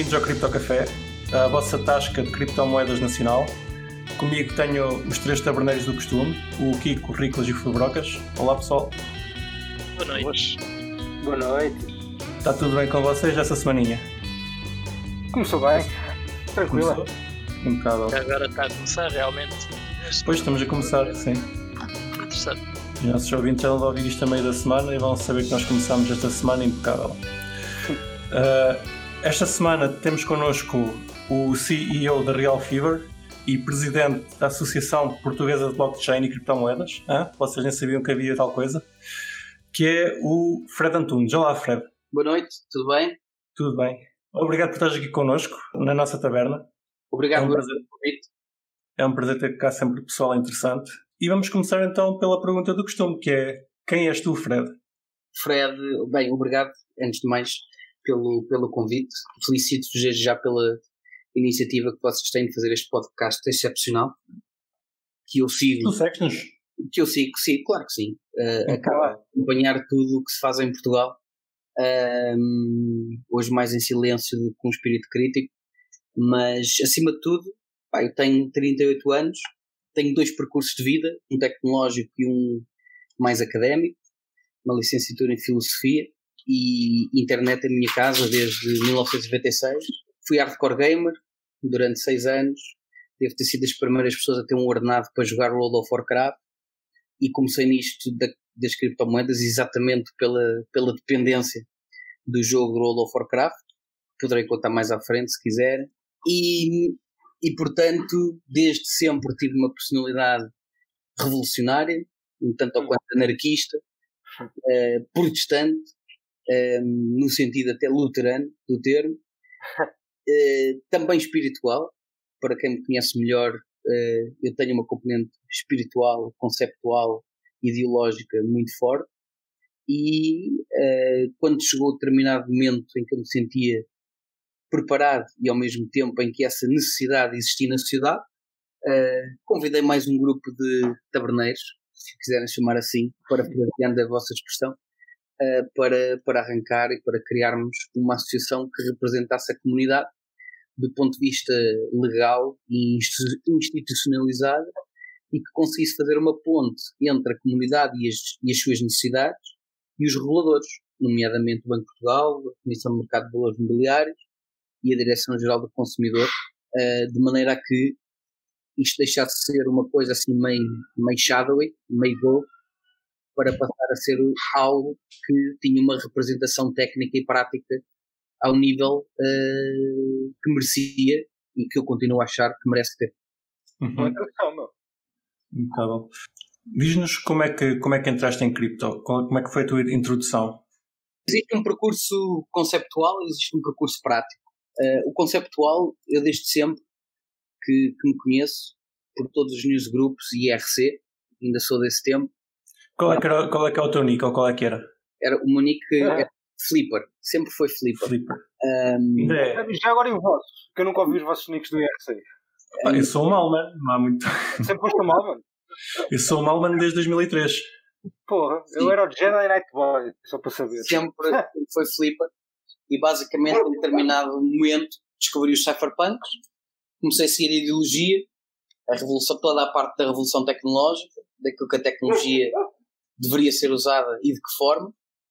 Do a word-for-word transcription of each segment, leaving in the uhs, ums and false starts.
bem-vindos ao Cripto Café, a vossa tasca de criptomoedas nacional. Comigo tenho os três taberneiros do costume, o Kiko, o Riclas e o Fubrocas. Olá pessoal. Boa noite. Boa noite. Está tudo bem com vocês essa semaninha? Começou bem, tranquila. Começou? Impecável. Agora está a começar realmente. Depois estamos a começar, sim. Interessante. Os nossos ouvintes já vão ouvir isto a meio da semana e vão saber que nós começámos esta semana impecável. Uh, esta semana temos connosco o C E O da Real Fever e presidente da Associação Portuguesa de Blockchain e Criptomoedas. Ah, vocês nem sabiam que havia tal coisa. Que é o Fred Antunes. Olá, Fred. Boa noite, tudo bem? Tudo bem. Obrigado por estares aqui connosco, na nossa taberna. Obrigado é um pelo prazer. convite. É um prazer ter cá sempre pessoal interessante. E vamos começar então pela pergunta do costume, que é: quem és tu, Fred? Fred, bem, obrigado, antes de mais, pelo, pelo convite. Felicito-vos desde já pela iniciativa que vocês têm de fazer este podcast excepcional, que eu sigo. Tu segues-nos? Que eu sigo, sim, claro que sim. Uh, acaba de acompanhar tudo o que se faz em Portugal. Um, hoje mais em silêncio do que com um espírito crítico, mas acima de tudo, pá, eu tenho trinta e oito anos, tenho dois percursos de vida, um tecnológico e um mais académico, uma licenciatura em filosofia e internet em minha casa desde mil novecentos e noventa e seis. Fui hardcore gamer durante seis anos, devo ter sido das primeiras pessoas a ter um ordenado para jogar World of Warcraft e comecei nisto da, das criptomoedas exatamente pela, pela dependência do jogo World of Warcraft. Poderei contar mais à frente se quiserem. E, e portanto, desde sempre tive uma personalidade revolucionária, um tanto ou quanto anarquista, uh, protestante, um, no sentido até luterano do termo, uh, também espiritual. Para quem me conhece melhor, uh, eu tenho uma componente espiritual, conceptual, ideológica muito forte. E uh, quando chegou determinado momento em que eu me sentia preparado e ao mesmo tempo em que essa necessidade existia na sociedade, uh, convidei mais um grupo de taberneiros, se quiserem chamar assim, para partilhando a vossa expressão, uh, para, para arrancar e para criarmos uma associação que representasse a comunidade do ponto de vista legal e institucionalizado e que conseguisse fazer uma ponte entre a comunidade e as, e as suas necessidades e os reguladores, nomeadamente o Banco de Portugal, a Comissão de Mercado de Valores Mobiliários e a Direção-Geral do Consumidor, uh, de maneira a que isto deixasse de ser uma coisa assim meio, meio shadowy, meio go, para passar a ser algo que tinha uma representação técnica e prática ao nível uh, que merecia e que eu continuo a achar que merece ter. Uhum. Então, diz-nos como é, que, como é que entraste em cripto, como é que foi a tua introdução? Existe um percurso conceptual e existe um percurso prático. Uh, o conceptual, eu desde sempre que, que me conheço, por todos os newsgroups e I R C, ainda sou desse tempo. Qual é que era, qual é que é o teu nick ou qual é que era? Era o meu nick era Flipper, sempre foi Flipper. Flipper. Um, é. Já agora e o vosso? Que eu nunca ouvi os vossos nicks do I R C. Ah, eu sou o Malman, não há muito. Sempre foste o Malman? Eu sou o Malman desde dois mil e três. Porra, Sim. Eu era o Jedi Knight Boy, só para saber. Sempre foi Flipper e basicamente em determinado momento descobri os cypherpunks, comecei a seguir a ideologia, a revolução, toda a parte da revolução tecnológica, daquilo que a tecnologia deveria ser usada e de que forma,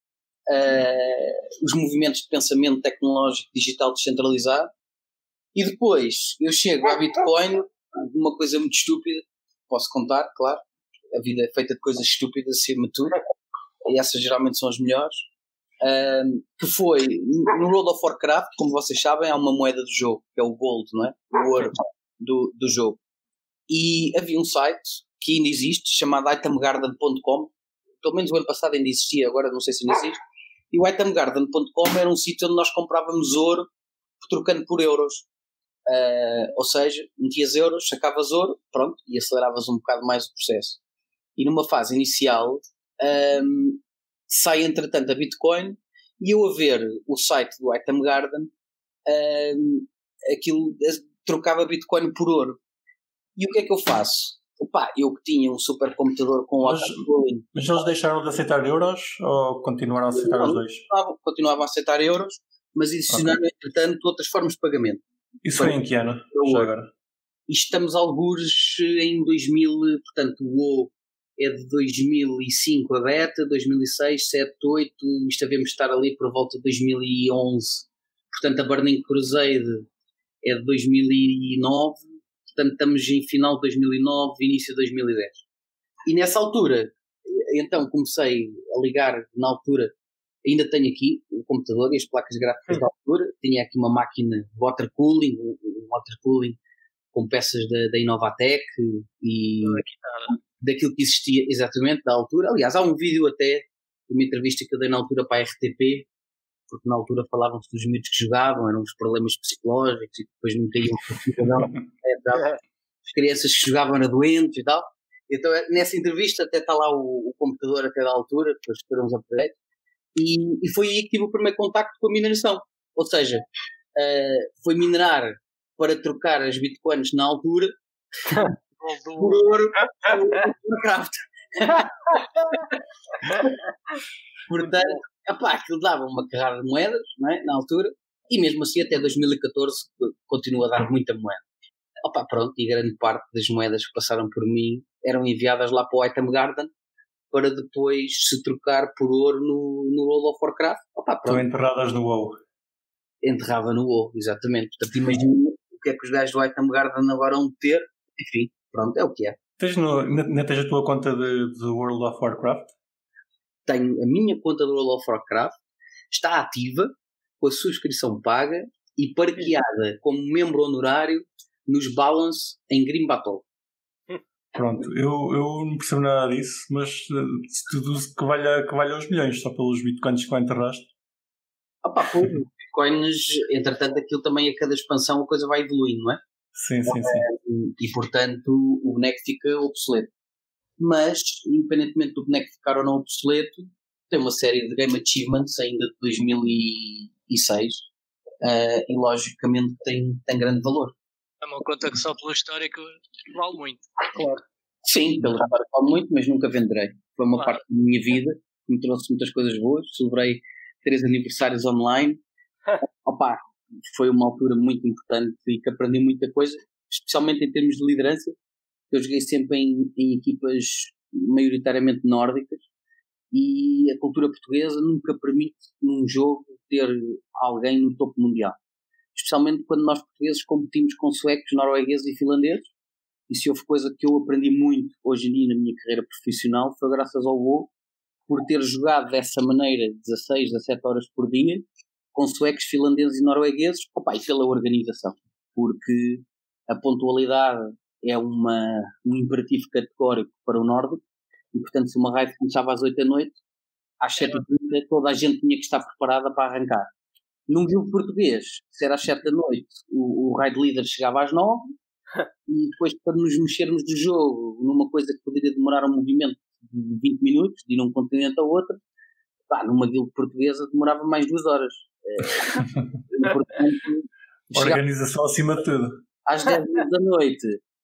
uh, os movimentos de pensamento tecnológico digital descentralizado e depois eu chego à Bitcoin, uma coisa muito estúpida, posso contar, claro, a vida é feita de coisas estúpidas acima de tudo, e essas geralmente são as melhores, um, que foi, no World of Warcraft, como vocês sabem, há uma moeda do jogo, que é o Gold, não é? O ouro do, do jogo. E havia um site, que ainda existe, chamado item garden ponto com, pelo menos o ano passado ainda existia, agora não sei se ainda existe, e o item garden ponto com era um sítio onde nós comprávamos ouro, trocando por euros. Uh, ou seja, metias euros, sacavas ouro, pronto, e aceleravas um bocado mais o processo. E numa fase inicial um, sai entretanto a Bitcoin e eu a ver o site do Item Garden, um, aquilo trocava Bitcoin por ouro. E o que é que eu faço? Opa, eu que tinha um supercomputador com o mas, mas eles deixaram de aceitar euros ou continuaram a aceitar não, os dois? Continuavam, continuavam a aceitar euros, mas adicionaram, okay. entretanto, outras formas de pagamento. Isso foi em que ano? Já agora? E estamos algures em dois mil, portanto, o WoW é de dois mil e cinco a beta, dois mil e seis, sete, oito, isto devemos estar ali por volta de dois mil e onze. Portanto, a Burning Crusade é de dois mil e nove, portanto, estamos em final de dois mil e nove, início de dois mil e dez. E nessa altura, então, comecei a ligar, na altura, ainda tenho aqui o computador e as placas gráficas da altura, tinha aqui uma máquina water cooling, um water cooling com peças da, da Inovatec e daquilo que existia exatamente da altura. Aliás, há um vídeo até de uma entrevista que eu dei na altura para a R T P, porque na altura falavam-se dos miúdos que jogavam, eram os problemas psicológicos e depois não caíam as crianças que jogavam eram doentes e tal. Então nessa entrevista até está lá o, o computador até da altura, depois foram uns upgrades, e, e foi aí que tive o primeiro contacto com a mineração. Ou seja, uh, foi minerar para trocar as bitcoins na altura por ouro ou Warcraft. Portanto, epá, aquilo dava uma carrada de moedas, não é, na altura, e mesmo assim até dois mil e catorze continua a dar muita moeda. Opa, pronto, e grande parte das moedas que passaram por mim eram enviadas lá para o Item Garden para depois se trocar por ouro no, no World of Warcraft. Opa, pronto. Estão enterradas no WoW. Enterrava no WoW, exatamente. Portanto, imagina o que é que os gajos do Item Garden agora vão ter. Enfim, pronto, é o que é. Tens no, não tens a tua conta de, de World of Warcraft? Tenho a minha conta do World of Warcraft, está ativa, com a subscrição paga e parqueada como membro honorário nos balance em Green Battle. Pronto, eu, eu não percebo nada disso, mas tudo que valha, que valha aos milhões, só pelos bitcoins que lá enterraste. Opa, pô, bitcoins, entretanto, aquilo também a cada expansão a coisa vai evoluindo, não é? Sim, sim, sim. E portanto o boneco fica obsoleto. Mas, independentemente do boneco ficar ou não obsoleto, tem uma série de Game Achievements ainda de dois mil e seis uh, e logicamente tem, tem grande valor. É uma conta que só pelo histórico vale muito. Claro. Sim, pelo histórico vale muito, mas nunca venderei. Foi uma claro. parte da minha vida que me trouxe muitas coisas boas. Celebrei três aniversários online. Opa, foi uma altura muito importante e que aprendi muita coisa, especialmente em termos de liderança. Eu joguei sempre em, em equipas maioritariamente nórdicas e a cultura portuguesa nunca permite num jogo ter alguém no topo mundial. Especialmente quando nós portugueses competimos com suecos, noruegueses e finlandeses. E se houve coisa que eu aprendi muito hoje em dia na minha carreira profissional foi graças ao WoW, por ter jogado dessa maneira dezasseis, dezassete horas por dia com suecos, finlandeses e noruegueses, opa, e pela organização, porque a pontualidade é uma, um imperativo categórico para o nórdico e portanto se uma raid começava às oito da noite, às sete e trinta toda a gente tinha que estar preparada para arrancar. Num jogo português, se era às sete da noite, o, o raid leader chegava às nove e depois para nos mexermos do jogo numa coisa que poderia demorar um movimento de vinte minutos, de ir de um continente ao outro, pá, numa guild portuguesa demorava mais duas horas. É, portanto, organização acima de tudo. Às dez da noite,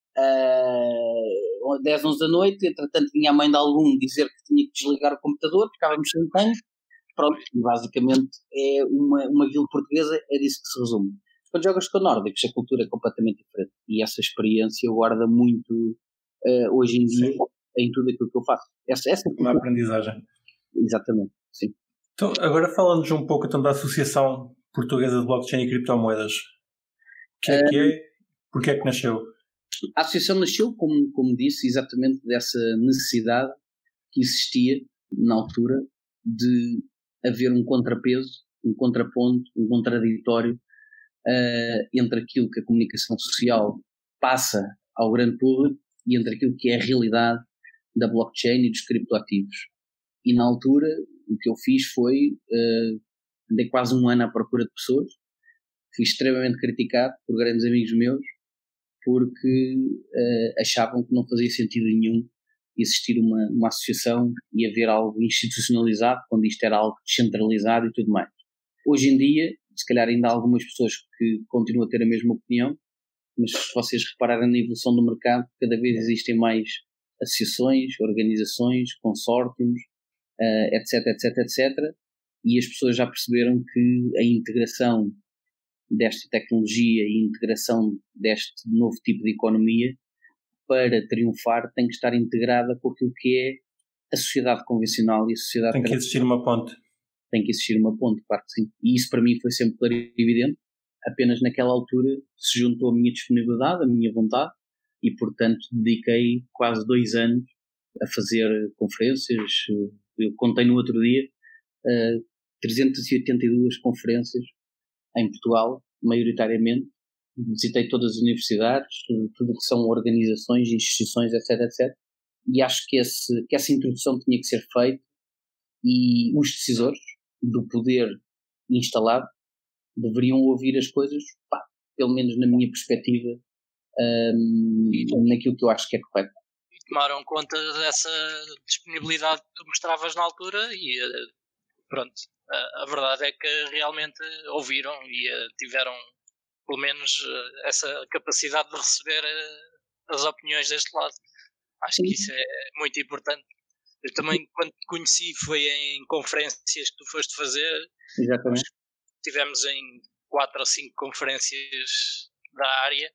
uh, dez, onze da noite, entretanto vinha a mãe de algum dizer que tinha que desligar o computador, ficávamos sem tanque. Pronto, e basicamente é uma, uma guild portuguesa, é disso que se resume. Quando jogas com nórdicos, a cultura é completamente diferente. E essa experiência guarda muito uh, hoje em dia sim. em tudo aquilo que eu faço. Essa, essa uma aprendizagem. Exatamente, sim. Então, agora falando-nos um pouco então, da Associação Portuguesa de Blockchain e Criptomoedas. O que é uh, que é? Porquê é que nasceu? A associação nasceu, como, como disse, exatamente dessa necessidade que existia na altura de haver um contrapeso, um contraponto, um contraditório uh, entre aquilo que a comunicação social passa ao grande público e entre aquilo que é a realidade da blockchain e dos criptoativos. E na altura o que eu fiz foi, uh, andei quase um ano à procura de pessoas, fui extremamente criticado por grandes amigos meus porque uh, achavam que não fazia sentido nenhum existir uma, uma associação e haver algo institucionalizado quando isto era algo descentralizado e tudo mais. Hoje em dia, se calhar ainda há algumas pessoas que continuam a ter a mesma opinião, mas se vocês repararem na evolução do mercado, cada vez existem mais associações, organizações, consórcios, uh, etc, etc, etcétera. e as pessoas já perceberam que a integração desta tecnologia e a integração deste novo tipo de economia, para triunfar, tem que estar integrada com aquilo que é a sociedade convencional e a sociedade... Tem que existir uma ponte. Tem que existir uma ponte, claro que sim. E isso para mim foi sempre claro e evidente. Apenas naquela altura se juntou a minha disponibilidade, a minha vontade, e portanto dediquei quase dois anos a fazer conferências. Eu contei no outro dia uh, trezentas e oitenta e duas conferências em Portugal, maioritariamente. Visitei todas as universidades, tudo o que são organizações, instituições, etc, etcétera. E acho que, esse, que essa introdução tinha que ser feita, e os decisores do poder instalado deveriam ouvir as coisas, pá, pelo menos na minha perspectiva, um, naquilo que eu acho que é correto. E tomaram conta dessa disponibilidade que tu mostravas na altura e pronto, a, a verdade é que realmente ouviram e tiveram pelo menos essa capacidade de receber as opiniões deste lado. Acho que isso é muito importante. Eu também, quando te conheci, foi em conferências que tu foste fazer. Exatamente. Tivemos em quatro ou cinco conferências da área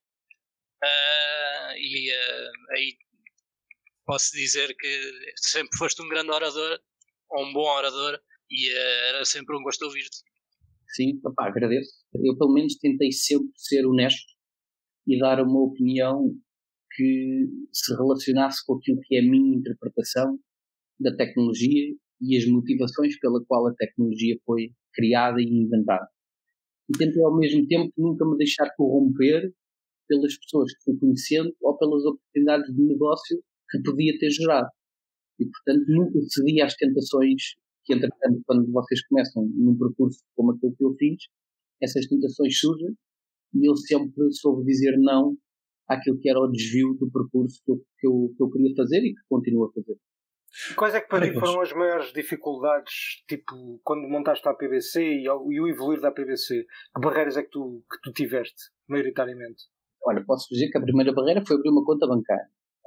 uh, e uh, aí posso dizer que sempre foste um grande orador, ou um bom orador, e uh, era sempre um gosto ouvir-te. Sim, papá, agradeço. Eu pelo menos tentei sempre ser honesto e dar uma opinião que se relacionasse com aquilo que é a minha interpretação da tecnologia e as motivações pela qual a tecnologia foi criada e inventada. E tentei ao mesmo tempo nunca me deixar corromper pelas pessoas que fui conhecendo ou pelas oportunidades de negócio que podia ter gerado. E, portanto, nunca cedi às tentações que, entretanto, quando vocês começam num percurso como aquele que eu fiz, essas tentações surgem e eu sempre soube dizer não àquilo que era o desvio do percurso que eu, que eu, que eu queria fazer e que continuo a fazer. E quais é que para ti foram as maiores dificuldades, tipo, quando montaste a P B C e, e o evoluir da P B C? Que barreiras é que tu, que tu tiveste, maioritariamente? Olha, posso dizer que a primeira barreira foi abrir uma conta bancária.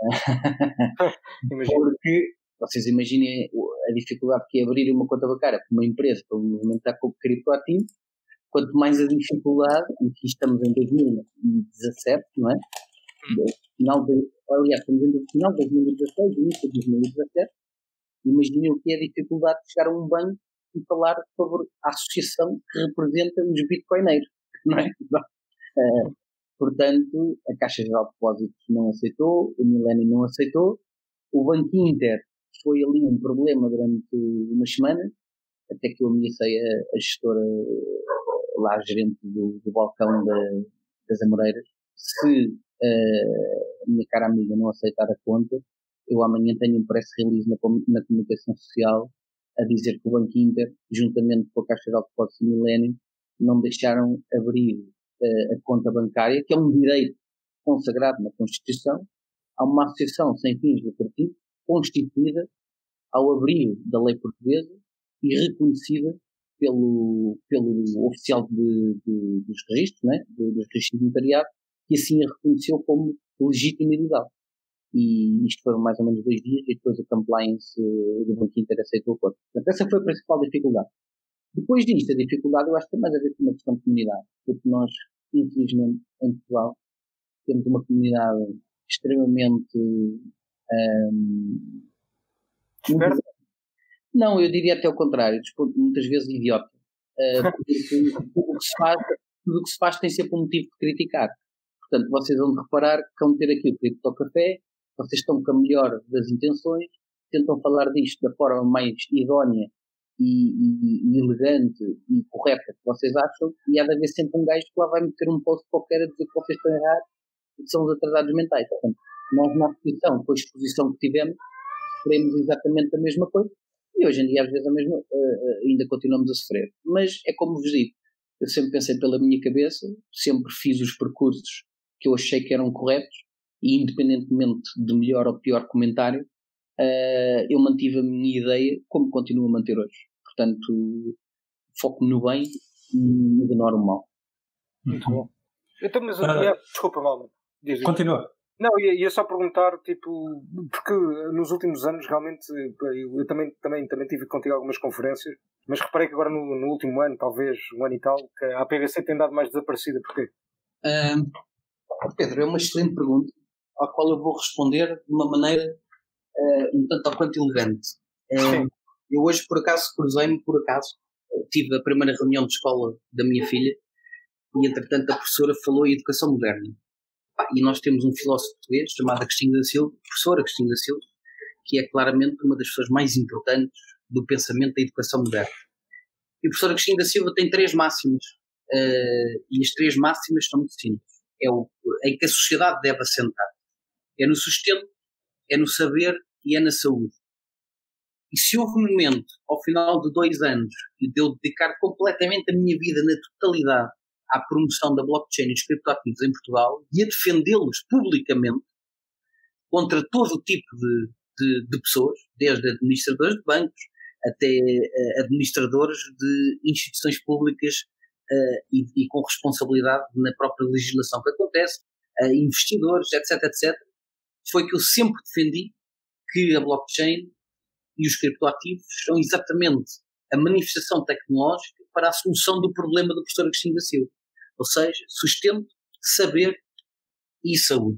Porque, vocês imaginem a dificuldade que é abrir uma conta bancária para uma empresa, para movimentar com criptoativos. Quanto mais a dificuldade, e aqui estamos em dois mil e dezassete, não é? Final de, aliás, estamos no final de dois mil e dezasseis, início de dois mil e dezassete, imaginem o que é a dificuldade de chegar a um banco e falar sobre a associação que representa os bitcoineiros, não é? Uh, portanto, a Caixa Geral de Depósitos não aceitou, o Millennium não aceitou, o Banco Inter foi ali um problema durante umas semanas, até que eu ameacei a, a gestora, lá a gerente do, do balcão da, das Amoreiras, se uh, a minha cara amiga não aceitar a conta, eu amanhã tenho um press release na, na comunicação social a dizer que o Banco Inter, juntamente com a Caixa Geral de Depósitos e o Millennium, não deixaram abrir uh, a conta bancária, que é um direito consagrado na Constituição, a uma associação sem fins lucrativos, constituída ao abrigo da lei portuguesa e reconhecida pelo, pelo oficial de, de, dos registros, né, dos registros de notariado, que assim a reconheceu como legítima e legal. E isto foram mais ou menos dois dias e depois a compliance do Banco Inter aceitou o acordo. Portanto, essa foi a principal dificuldade. Depois disto, a dificuldade eu acho que tem mais a ver com uma questão de comunidade, porque nós, infelizmente, em Portugal, temos uma comunidade extremamente um, Esperto? Não, eu diria até o contrário, muitas vezes idiota. Uh, porque tudo o que se faz, tudo o que se faz tem sempre um motivo de criticar. Portanto, vocês vão reparar que vão ter aqui o Cripto Café, vocês estão com a melhor das intenções, tentam falar disto da forma mais idónea e, e, e elegante e correta que vocês acham, e há de haver sempre um gajo que lá vai meter um post qualquer a dizer que vocês estão errados e que são os atrasados mentais. Portanto, nós na exposição, com a exposição que tivemos, queremos exatamente a mesma coisa, e hoje em dia às vezes a mesma, uh, ainda continuamos a sofrer. Mas é como vos digo, eu sempre pensei pela minha cabeça, sempre fiz os percursos que eu achei que eram corretos, e independentemente de melhor ou pior comentário, uh, eu mantive a minha ideia como continuo a manter hoje. Portanto, foco-me no bem e ignoro o mal. Muito bom. Então, mas, Uh, yeah, desculpa, Malman. Continua. Não, ia, ia só perguntar, tipo, porque nos últimos anos realmente eu, eu também, também, também tive contigo algumas conferências, mas reparei que agora no, no último ano, talvez um ano e tal, que a P V C tem dado mais desaparecida. Porquê? Um, Pedro, é uma excelente pergunta, à qual eu vou responder de uma maneira uh, um tanto ou quanto elegante. Um, eu hoje, por acaso, cruzei-me, por acaso, tive a primeira reunião de escola da minha filha e, entretanto, a professora falou em educação moderna. E nós temos um filósofo português chamado Agostinho da Silva, professor Agostinho da Silva, que é claramente uma das pessoas mais importantes do pensamento da educação moderna. E o professor Agostinho da Silva tem três máximas, uh, e as três máximas são muito simples. É o em que a sociedade deve assentar. É no sustento, é no saber e é na saúde. E se houve um momento, ao final de dois anos, de eu dedicar completamente a minha vida na totalidade à promoção da blockchain e dos criptoativos em Portugal e a defendê-los publicamente contra todo o tipo de, de, de pessoas, desde administradores de bancos até uh, administradores de instituições públicas uh, e, e com responsabilidade na própria legislação que acontece, uh, investidores, etc, etcétera. Foi que eu sempre defendi que a blockchain e os criptoativos são exatamente a manifestação tecnológica para a solução do problema do professor Agostinho da Silva. Ou seja, sustento, saber e saúde.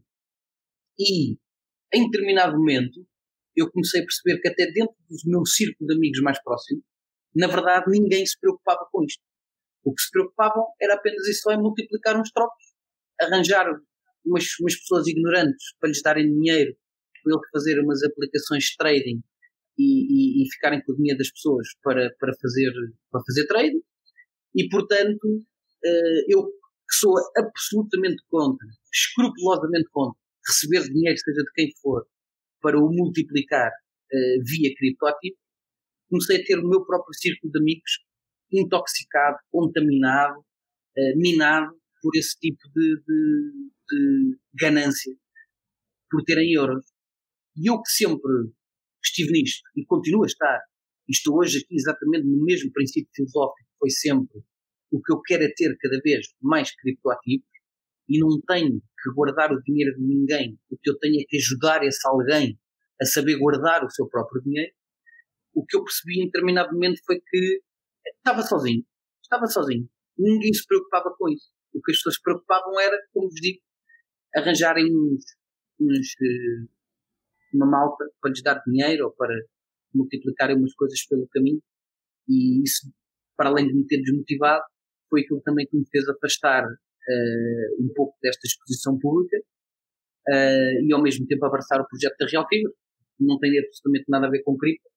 E, em determinado momento, eu comecei a perceber que até dentro do meu círculo de amigos mais próximos, na verdade, ninguém se preocupava com isto. O que se preocupavam era apenas isso, é multiplicar uns trocos, arranjar umas, umas pessoas ignorantes para lhes darem dinheiro, para eles fazerem umas aplicações de trading e, e, e ficarem com o dinheiro das pessoas para, para, fazer, para fazer trading. E, portanto, eu que sou absolutamente contra, escrupulosamente contra, receber dinheiro, seja de quem for, para o multiplicar uh, via criptoativo, comecei a ter o meu próprio círculo de amigos intoxicado, contaminado, uh, minado por esse tipo de, de, de ganância, por terem euros. E eu que sempre estive nisto, e continuo a estar, e estou hoje aqui exatamente no mesmo princípio filosófico que foi sempre, o que eu quero é ter cada vez mais criptoativos e não tenho que guardar o dinheiro de ninguém. O que eu tenho é que ajudar esse alguém a saber guardar o seu próprio dinheiro. O que eu percebi em determinado momento foi que estava sozinho. Estava sozinho. Ninguém se preocupava com isso. O que as pessoas se preocupavam era, como vos digo, arranjarem uns, uns, uma malta para lhes dar dinheiro ou para multiplicarem umas coisas pelo caminho. E isso, para além de me ter desmotivado, foi aquilo também que me fez afastar uh, um pouco desta exposição pública uh, e ao mesmo tempo abraçar o projeto da Real Fever, que não tem absolutamente nada a ver com cripto,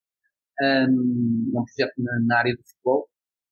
um, é um projeto na, na área do futebol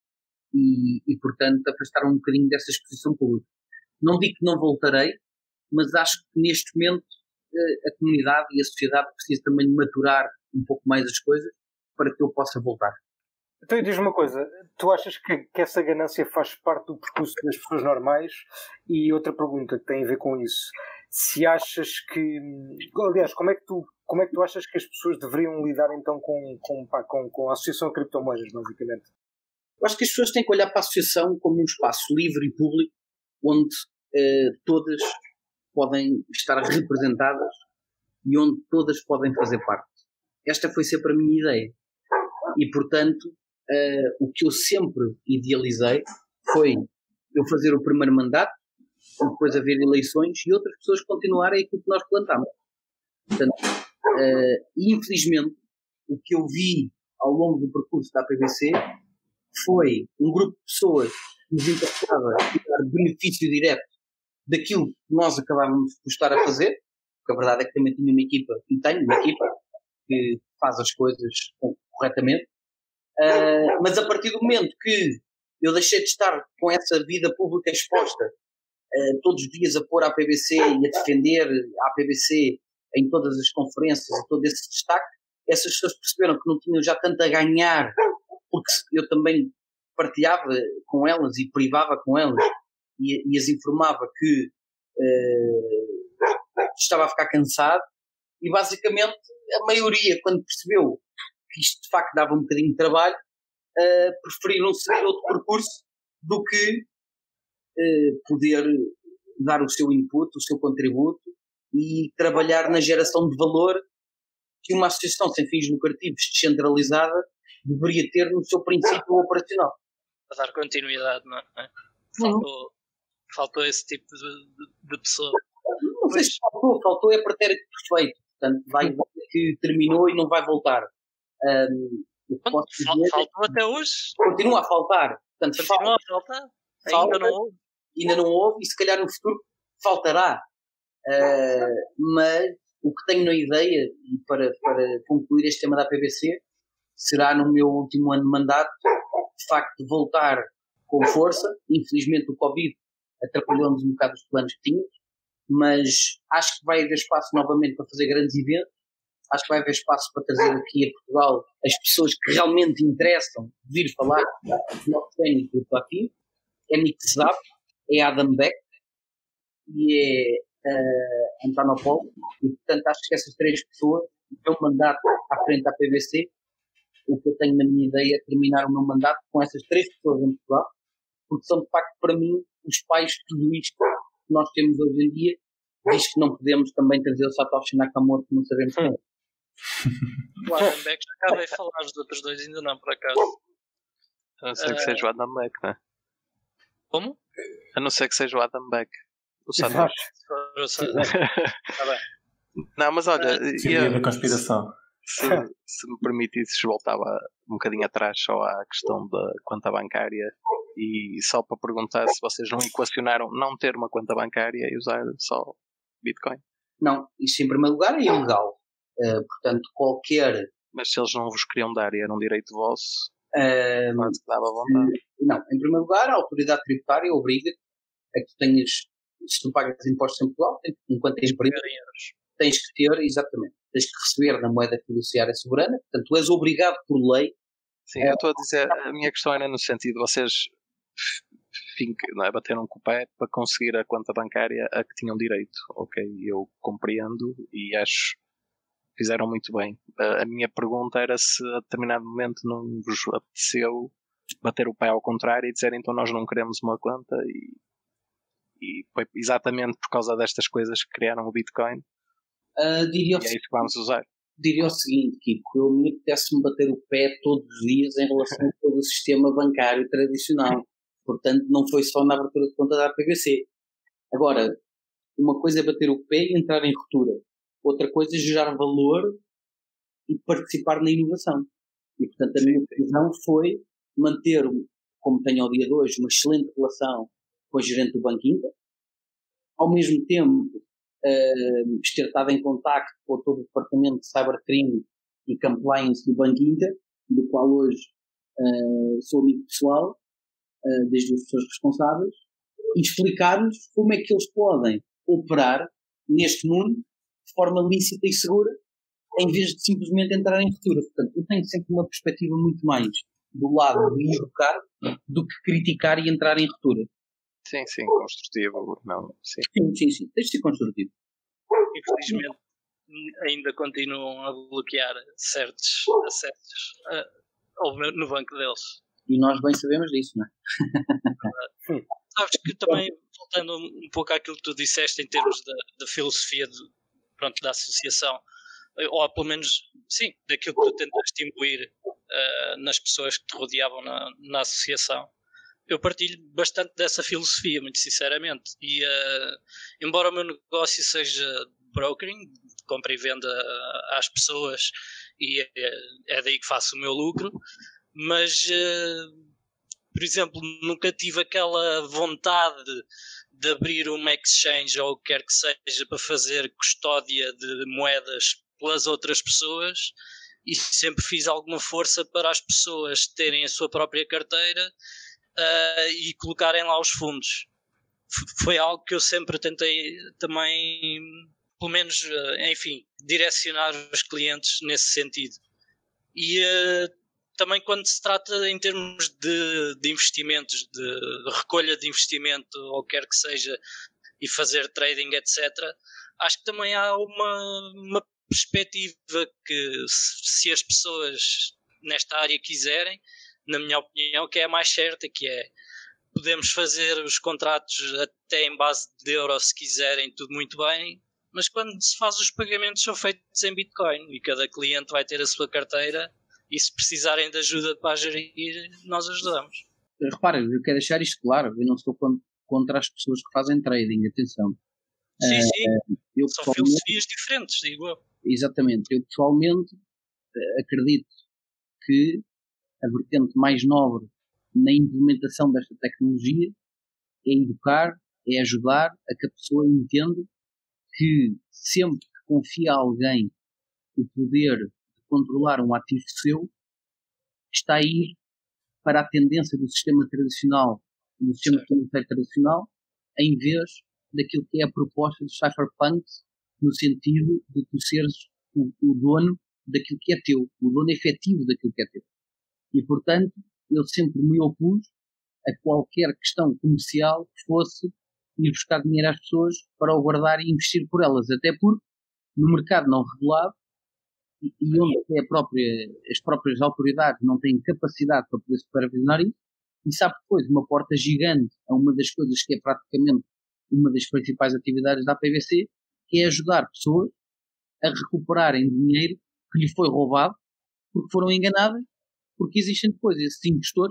e, e portanto afastar um bocadinho dessa exposição pública. Não digo que não voltarei, mas acho que neste momento uh, a comunidade e a sociedade precisam também de maturar um pouco mais as coisas para que eu possa voltar. Então diz-me uma coisa, tu achas que, que essa ganância faz parte do percurso das pessoas normais? E outra pergunta que tem a ver com isso, se achas que, aliás, como é que tu, como é que tu achas que as pessoas deveriam lidar então com, com, pá, com, com a associação de criptomoedas, basicamente? Eu acho que as pessoas têm que olhar para a associação como um espaço livre e público, onde eh, todas podem estar representadas e onde todas podem fazer parte. Esta foi sempre a minha ideia. E, portanto, Uh, o que eu sempre idealizei foi eu fazer o primeiro mandato, depois haver eleições e outras pessoas continuarem aquilo que nós plantámos. Portanto, uh, infelizmente, o que eu vi ao longo do percurso da A P V C foi um grupo de pessoas que nos interessava a dar benefício direto daquilo que nós acabávamos de estar a fazer, porque a verdade é que também tinha uma equipa, e tenho uma equipa, que faz as coisas corretamente. Uh, mas a partir do momento que eu deixei de estar com essa vida pública exposta, uh, todos os dias a pôr a A P V C e a defender a A P V C em todas as conferências e todo esse destaque, essas pessoas perceberam que não tinham já tanto a ganhar, porque eu também partilhava com elas e privava com elas e, e as informava que uh, estava a ficar cansado, e basicamente a maioria, quando percebeu que isto de facto dava um bocadinho de trabalho, uh, preferiram seguir outro percurso do que uh, poder dar o seu input, o seu contributo e trabalhar na geração de valor que uma associação sem fins lucrativos descentralizada deveria ter no seu princípio operacional. Para dar continuidade, não é? Faltou, faltou esse tipo de, de, de pessoa. Não sei se faltou, faltou é pretérito perfeito. Portanto, vai dizer que terminou e não vai voltar. Um, Fal, faltou até hoje. Continua a faltar. Portanto, continua falta, a faltar. Falta, ainda não houve. Ainda não houve e se calhar no futuro faltará. Uh, mas o que tenho na ideia, e para, para concluir este tema da A P B C, será no meu último ano de mandato, de facto, voltar com força. Infelizmente o Covid atrapalhou-nos um bocado os planos que tínhamos, mas acho que vai haver espaço novamente para fazer grandes eventos. Acho que vai haver espaço para trazer aqui a Portugal as pessoas que realmente interessam vir falar do blockchain e do criptoativo. É Nick Zap, é Adam Beck e é uh, Antonopoulos. E, portanto, acho que essas três pessoas, o meu mandato à frente da A P B C, o que eu tenho na minha ideia é terminar o meu mandato com essas três pessoas em Portugal, porque são, de facto, para mim, os pais de tudo isto que nós temos hoje em dia, visto que não podemos também trazer o Satoshi Nakamoto, que não sabemos quem é. O Adam Beck já acabei de falar, os outros dois ainda não, por acaso. A não ser que seja o Adam Beck, não é? Como? A não ser que seja o Adam Beck. O Exato. Tá bem. Não, mas olha, teoria da conspiração. Se, se me permitisses, voltava um bocadinho atrás só à questão da conta bancária e só para perguntar se vocês não equacionaram não ter uma conta bancária e usar só Bitcoin. Não, isso em primeiro lugar é ilegal. Uh, portanto, qualquer... Mas se eles não vos queriam dar e era um direito vosso, uh, quase que dava vontade. Não, em primeiro lugar, a autoridade tributária obriga a que tu tenhas, se tu pagas impostos em Portugal, enquanto tens emprego, tens que ter, exatamente, tens que receber na moeda fiduciária soberana, portanto, tu és obrigado por lei. Sim, é, eu estou a dizer, a minha questão era no sentido de vocês não é, bateram com o pé para conseguir a conta bancária a que tinham direito. Ok, eu compreendo e acho que fizeram muito bem. A, a minha pergunta era se a determinado momento não vos apeteceu bater o pé ao contrário e dizer então nós não queremos uma conta e, e foi exatamente por causa destas coisas que criaram o Bitcoin. Uh, diria e é isso que vamos usar. Diria o seguinte, Kiko, eu me apetece-me bater o pé todos os dias em relação a todo o sistema bancário tradicional. Portanto, não foi só na abertura de conta da A P B C. Agora, uma coisa é bater o pé e entrar em ruptura. Outra coisa é gerar valor e participar na inovação. E, portanto, a minha decisão foi manter, como tenho ao dia de hoje, uma excelente relação com a gerente do Banco Inter. Ao mesmo tempo, uh, ter estado em contacto com todo o departamento de Cybercrime e Compliance do Banco Inter, do qual hoje uh, sou amigo pessoal, uh, desde as pessoas responsáveis, e explicar-nos como é que eles podem operar neste mundo de forma lícita e segura, em vez de simplesmente entrar em ruptura. Portanto, eu tenho sempre uma perspectiva muito mais do lado de educar do que criticar e entrar em ruptura. Sim, sim, construtivo, não, sim. Sim, sim, sim, tens de ser construtivo. Infelizmente, ainda continuam a bloquear certos acessos uh, no banco deles. E nós bem sabemos disso, não é? Sabes que também, voltando um pouco àquilo que tu disseste em termos da, da filosofia de, pronto, da associação, ou pelo menos, sim, daquilo que tu tentaste imbuir uh, nas pessoas que te rodeavam na, na associação, eu partilho bastante dessa filosofia, muito sinceramente. E uh, embora o meu negócio seja brokering, compra e venda às pessoas, e é, é daí que faço o meu lucro, mas, uh, por exemplo, nunca tive aquela vontade de abrir uma exchange ou o que quer que seja para fazer custódia de moedas pelas outras pessoas, e sempre fiz alguma força para as pessoas terem a sua própria carteira uh, e colocarem lá os fundos. F- foi algo que eu sempre tentei também, pelo menos, uh, enfim, direcionar os clientes nesse sentido. E uh, também quando se trata em termos de, de investimentos, de recolha de investimento, ou quer que seja, e fazer trading, etcétera, acho que também há uma, uma perspectiva que, se as pessoas nesta área quiserem, na minha opinião, que é a mais certa, que é, podemos fazer os contratos até em base de euro se quiserem, tudo muito bem, mas quando se faz os pagamentos são feitos em Bitcoin e cada cliente vai ter a sua carteira e se precisarem de ajuda para gerir, nós ajudamos. Repara, eu quero deixar isto claro, eu não estou contra as pessoas que fazem trading, atenção. Sim, sim, uh, eu, são filosofias diferentes, digo eu. Exatamente, eu pessoalmente uh, acredito que a vertente mais nobre na implementação desta tecnologia é educar, é ajudar a que a pessoa entenda que sempre que confia a alguém o poder de controlar um ativo seu, está a ir para a tendência do sistema tradicional, do sistema financeiro tradicional, em vez daquilo que é a proposta dos cypherpunks, no sentido de tu seres o, o dono daquilo que é teu, o dono efetivo daquilo que é teu. E, portanto, eu sempre me opus a qualquer questão comercial que fosse ir buscar dinheiro às pessoas para o guardar e investir por elas, até porque no mercado não regulado e, e onde é a própria, as próprias autoridades não têm capacidade para poder supervisionar isso, e sabe depois uma porta gigante a uma das coisas que é praticamente uma das principais atividades da A P V C, que é ajudar pessoas a recuperarem dinheiro que lhe foi roubado porque foram enganadas, porque existem depois esses investidores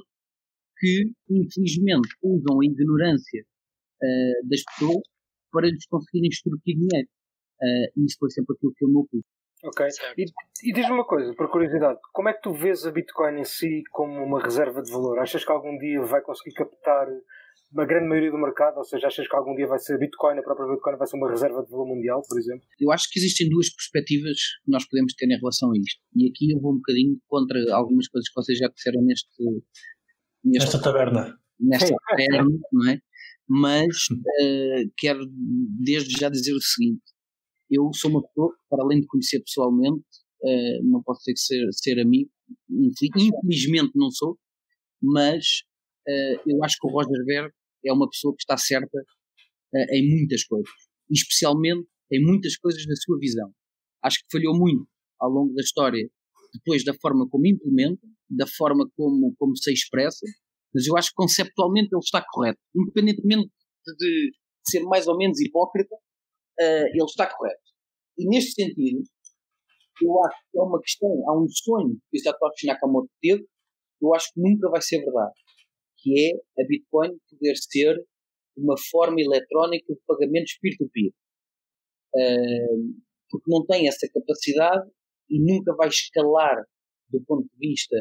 que infelizmente usam a ignorância uh, das pessoas para lhes conseguirem extorquir dinheiro. Uh, e isso foi sempre aquilo que eu me opus. Ok. E, e diz-me uma coisa, por curiosidade, como é que tu vês a Bitcoin em si como uma reserva de valor? Achas que algum dia vai conseguir captar uma grande maioria do mercado? Ou seja, achas que algum dia vai ser a Bitcoin, a própria Bitcoin vai ser uma reserva de valor mundial, por exemplo? Eu acho que existem duas perspectivas que nós podemos ter em relação a isto. E aqui eu vou um bocadinho contra algumas coisas que vocês já disseram neste... neste nesta taberna. Nesta taberna, não é? Mas uh, quero desde já dizer o seguinte. Eu sou uma pessoa que, para além de conhecer pessoalmente, uh, não posso dizer que ser, ser amigo, infelizmente não sou, mas uh, eu acho que o Roger Ver é uma pessoa que está certa uh, em muitas coisas, e especialmente em muitas coisas da sua visão. Acho que falhou muito ao longo da história, depois da forma como implementa, da forma como, como se expressa, mas eu acho que conceptualmente ele está correto, independentemente de ser mais ou menos hipócrita, uh, ele está correto. E neste sentido, eu acho que é uma questão, há um sonho que o Satoshi Nakamoto teve, eu acho que nunca vai ser verdade, que é a Bitcoin poder ser uma forma eletrónica de pagamentos peer-to-peer. Uh, porque não tem essa capacidade e nunca vai escalar do ponto de vista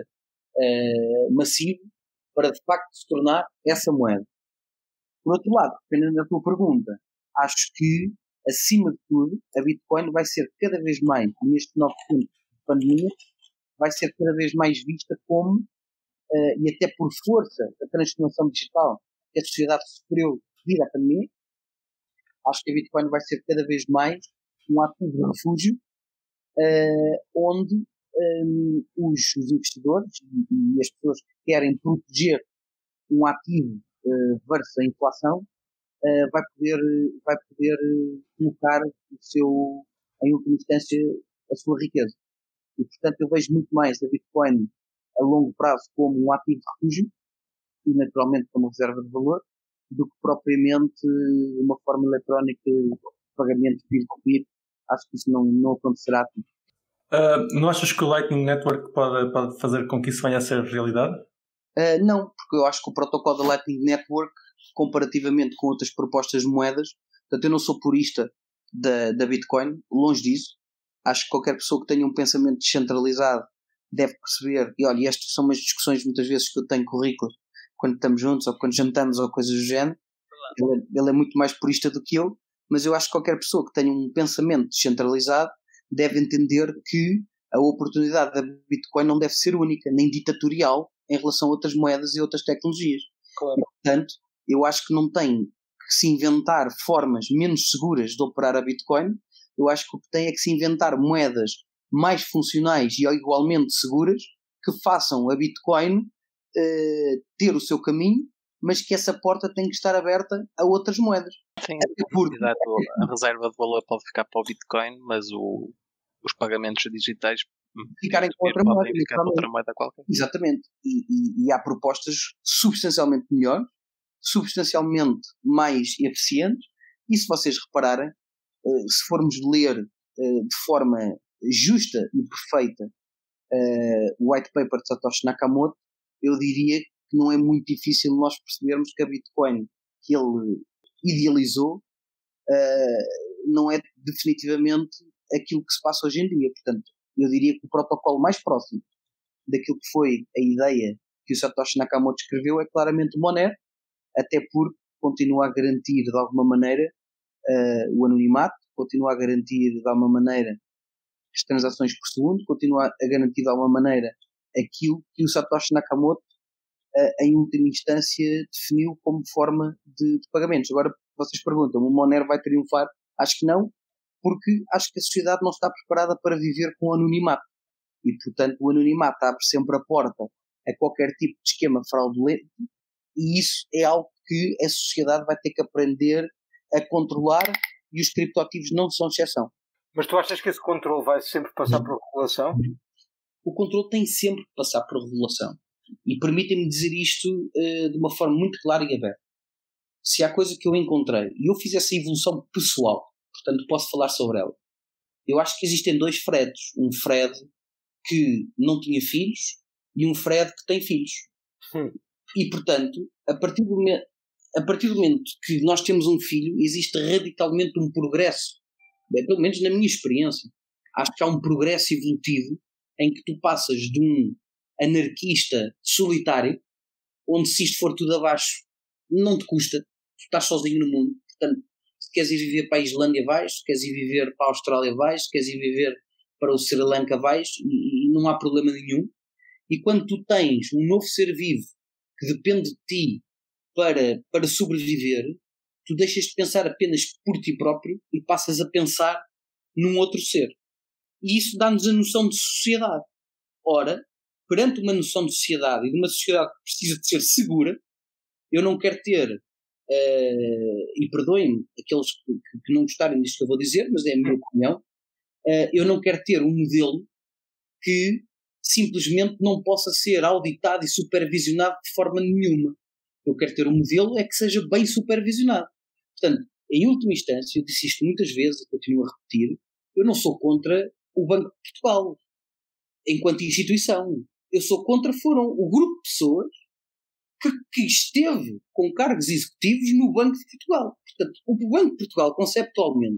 uh, massivo para de facto se tornar essa moeda. Por outro lado, dependendo da tua pergunta, acho que, acima de tudo, a Bitcoin vai ser cada vez mais, neste novo tempo de pandemia, vai ser cada vez mais vista como, uh, e até por força da transformação digital que a sociedade sofreu devido à pandemia, acho que a Bitcoin vai ser cada vez mais um ativo de refúgio, uh, onde um, os, os investidores e, e as pessoas que querem proteger um ativo uh, versus a inflação, uh, vai poder, vai poder colocar o seu, em última instância, a sua riqueza. E, portanto, eu vejo muito mais a Bitcoin a longo prazo como um ativo de refúgio e, naturalmente, como reserva de valor, do que propriamente uma forma eletrónica de pagamento peer-to-peer. Acho que isso não, não acontecerá. Uh, não achas que o Lightning Network pode, pode fazer com que isso venha a ser realidade? Uh, não, porque eu acho que o protocolo da Lightning Network, comparativamente com outras propostas de moedas, portanto eu não sou purista da, da Bitcoin, longe disso. Acho que qualquer pessoa que tenha um pensamento descentralizado deve perceber, e olha, estas são umas discussões muitas vezes que eu tenho com o Rico quando estamos juntos ou quando jantamos ou coisas do género. Ele, ele é muito mais purista do que eu, mas eu acho que qualquer pessoa que tenha um pensamento descentralizado deve entender que a oportunidade da Bitcoin não deve ser única, nem ditatorial em relação a outras moedas e outras tecnologias. Claro. E, portanto, eu acho que não tem que se inventar formas menos seguras de operar a Bitcoin. Eu acho que o que tem é que se inventar moedas mais funcionais e igualmente seguras que façam a Bitcoin uh, ter o seu caminho, mas que essa porta tem que estar aberta a outras moedas. Sim, porque a reserva de valor pode ficar para o Bitcoin, mas o, os pagamentos digitais ficarem com outra moeda, ficar com outra moeda qualquer. Exatamente. E, e, e há propostas substancialmente melhores, substancialmente mais eficientes, e se vocês repararem, uh, se formos ler uh, de forma justa e perfeita uh, o white paper de Satoshi Nakamoto, eu diria que não é muito difícil nós percebermos que a Bitcoin que ele idealizou uh, não é definitivamente aquilo que se passa hoje em dia. Portanto, eu diria que o protocolo mais próximo daquilo que foi a ideia que o Satoshi Nakamoto escreveu é claramente o Monero, até porque continua a garantir de alguma maneira uh, o anonimato, continua a garantir de alguma maneira as transações por segundo, continua a garantir de alguma maneira aquilo que o Satoshi Nakamoto uh, em última instância definiu como forma de, de pagamentos. Agora vocês perguntam, o Monero vai triunfar? Acho que não, porque acho que a sociedade não está preparada para viver com anonimato. E, portanto, o anonimato abre sempre a porta a qualquer tipo de esquema fraudulento, e isso é algo que a sociedade vai ter que aprender a controlar, e os criptoativos não são exceção. Mas tu achas que esse controle vai sempre passar por regulação? O controle tem sempre que passar por regulação. E permitem-me dizer isto uh, de uma forma muito clara e aberta. Se há coisa que eu encontrei, e eu fiz essa evolução pessoal, portanto posso falar sobre ela, eu acho que existem dois Freds. Um Fred que não tinha filhos e um Fred que tem filhos. Hum. E, portanto, a partir, do momento, a partir do momento que nós temos um filho, existe radicalmente um progresso. Bem, pelo menos na minha experiência. Acho que há um progresso evolutivo em que tu passas de um anarquista solitário, onde se isto for tudo abaixo, não te custa. Tu estás sozinho no mundo. Portanto, se queres ir viver para a Islândia, vais. Se queres ir viver para a Austrália, vais. Se queres ir viver para o Sri Lanka, vais. E, e não há problema nenhum. E quando tu tens um novo ser vivo que depende de ti para, para sobreviver, tu deixas de pensar apenas por ti próprio e passas a pensar num outro ser. E isso dá-nos a noção de sociedade. Ora, perante uma noção de sociedade e de uma sociedade que precisa de ser segura, eu não quero ter, uh, e perdoem-me aqueles que, que não gostarem disto que eu vou dizer, mas é a minha opinião, uh, eu não quero ter um modelo que simplesmente não possa ser auditado e supervisionado de forma nenhuma. Eu quero ter um modelo é que seja bem supervisionado. Portanto, em última instância, eu disse isto muitas vezes e continuo a repetir, eu não sou contra o Banco de Portugal enquanto instituição. Eu sou contra foram o grupo de pessoas que, que esteve com cargos executivos no Banco de Portugal. Portanto, o Banco de Portugal, conceptualmente,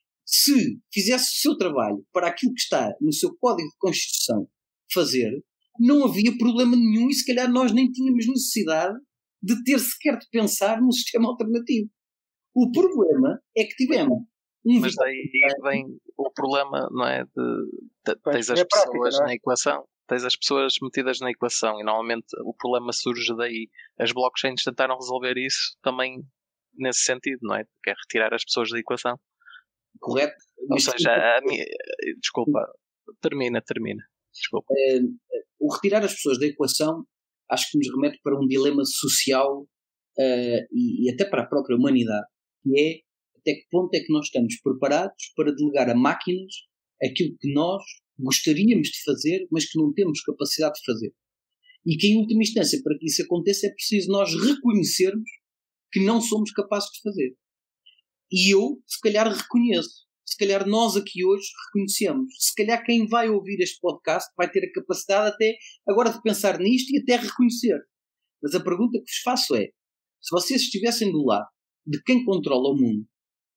se fizesse o seu trabalho para aquilo que está no seu Código de Constituição fazer, não havia problema nenhum e se calhar nós nem tínhamos necessidade de ter sequer de pensar num sistema alternativo. O problema é que tivemos um... Mas daí vem o problema, não é? De, de, tens as é prática, pessoas não é? na equação, tens as pessoas metidas na equação e normalmente o problema surge daí. As blockchains tentaram resolver isso também nesse sentido, não é? Que é retirar as pessoas da equação. Correto? Ou Mas, seja, a minha... Desculpa, termina, termina. Desculpa. Uh, o retirar as pessoas da equação acho que nos remete para um dilema social uh, e, e até para a própria humanidade, que é até que ponto é que nós estamos preparados para delegar a máquinas aquilo que nós gostaríamos de fazer, mas que não temos capacidade de fazer. E que em última instância, para que isso aconteça, é preciso nós reconhecermos que não somos capazes de fazer. E eu, se calhar, reconheço. Se calhar nós aqui hoje reconhecemos. Se calhar quem vai ouvir este podcast vai ter a capacidade até agora de pensar nisto e até reconhecer. Mas a pergunta que vos faço é, se vocês estivessem do lado de quem controla o mundo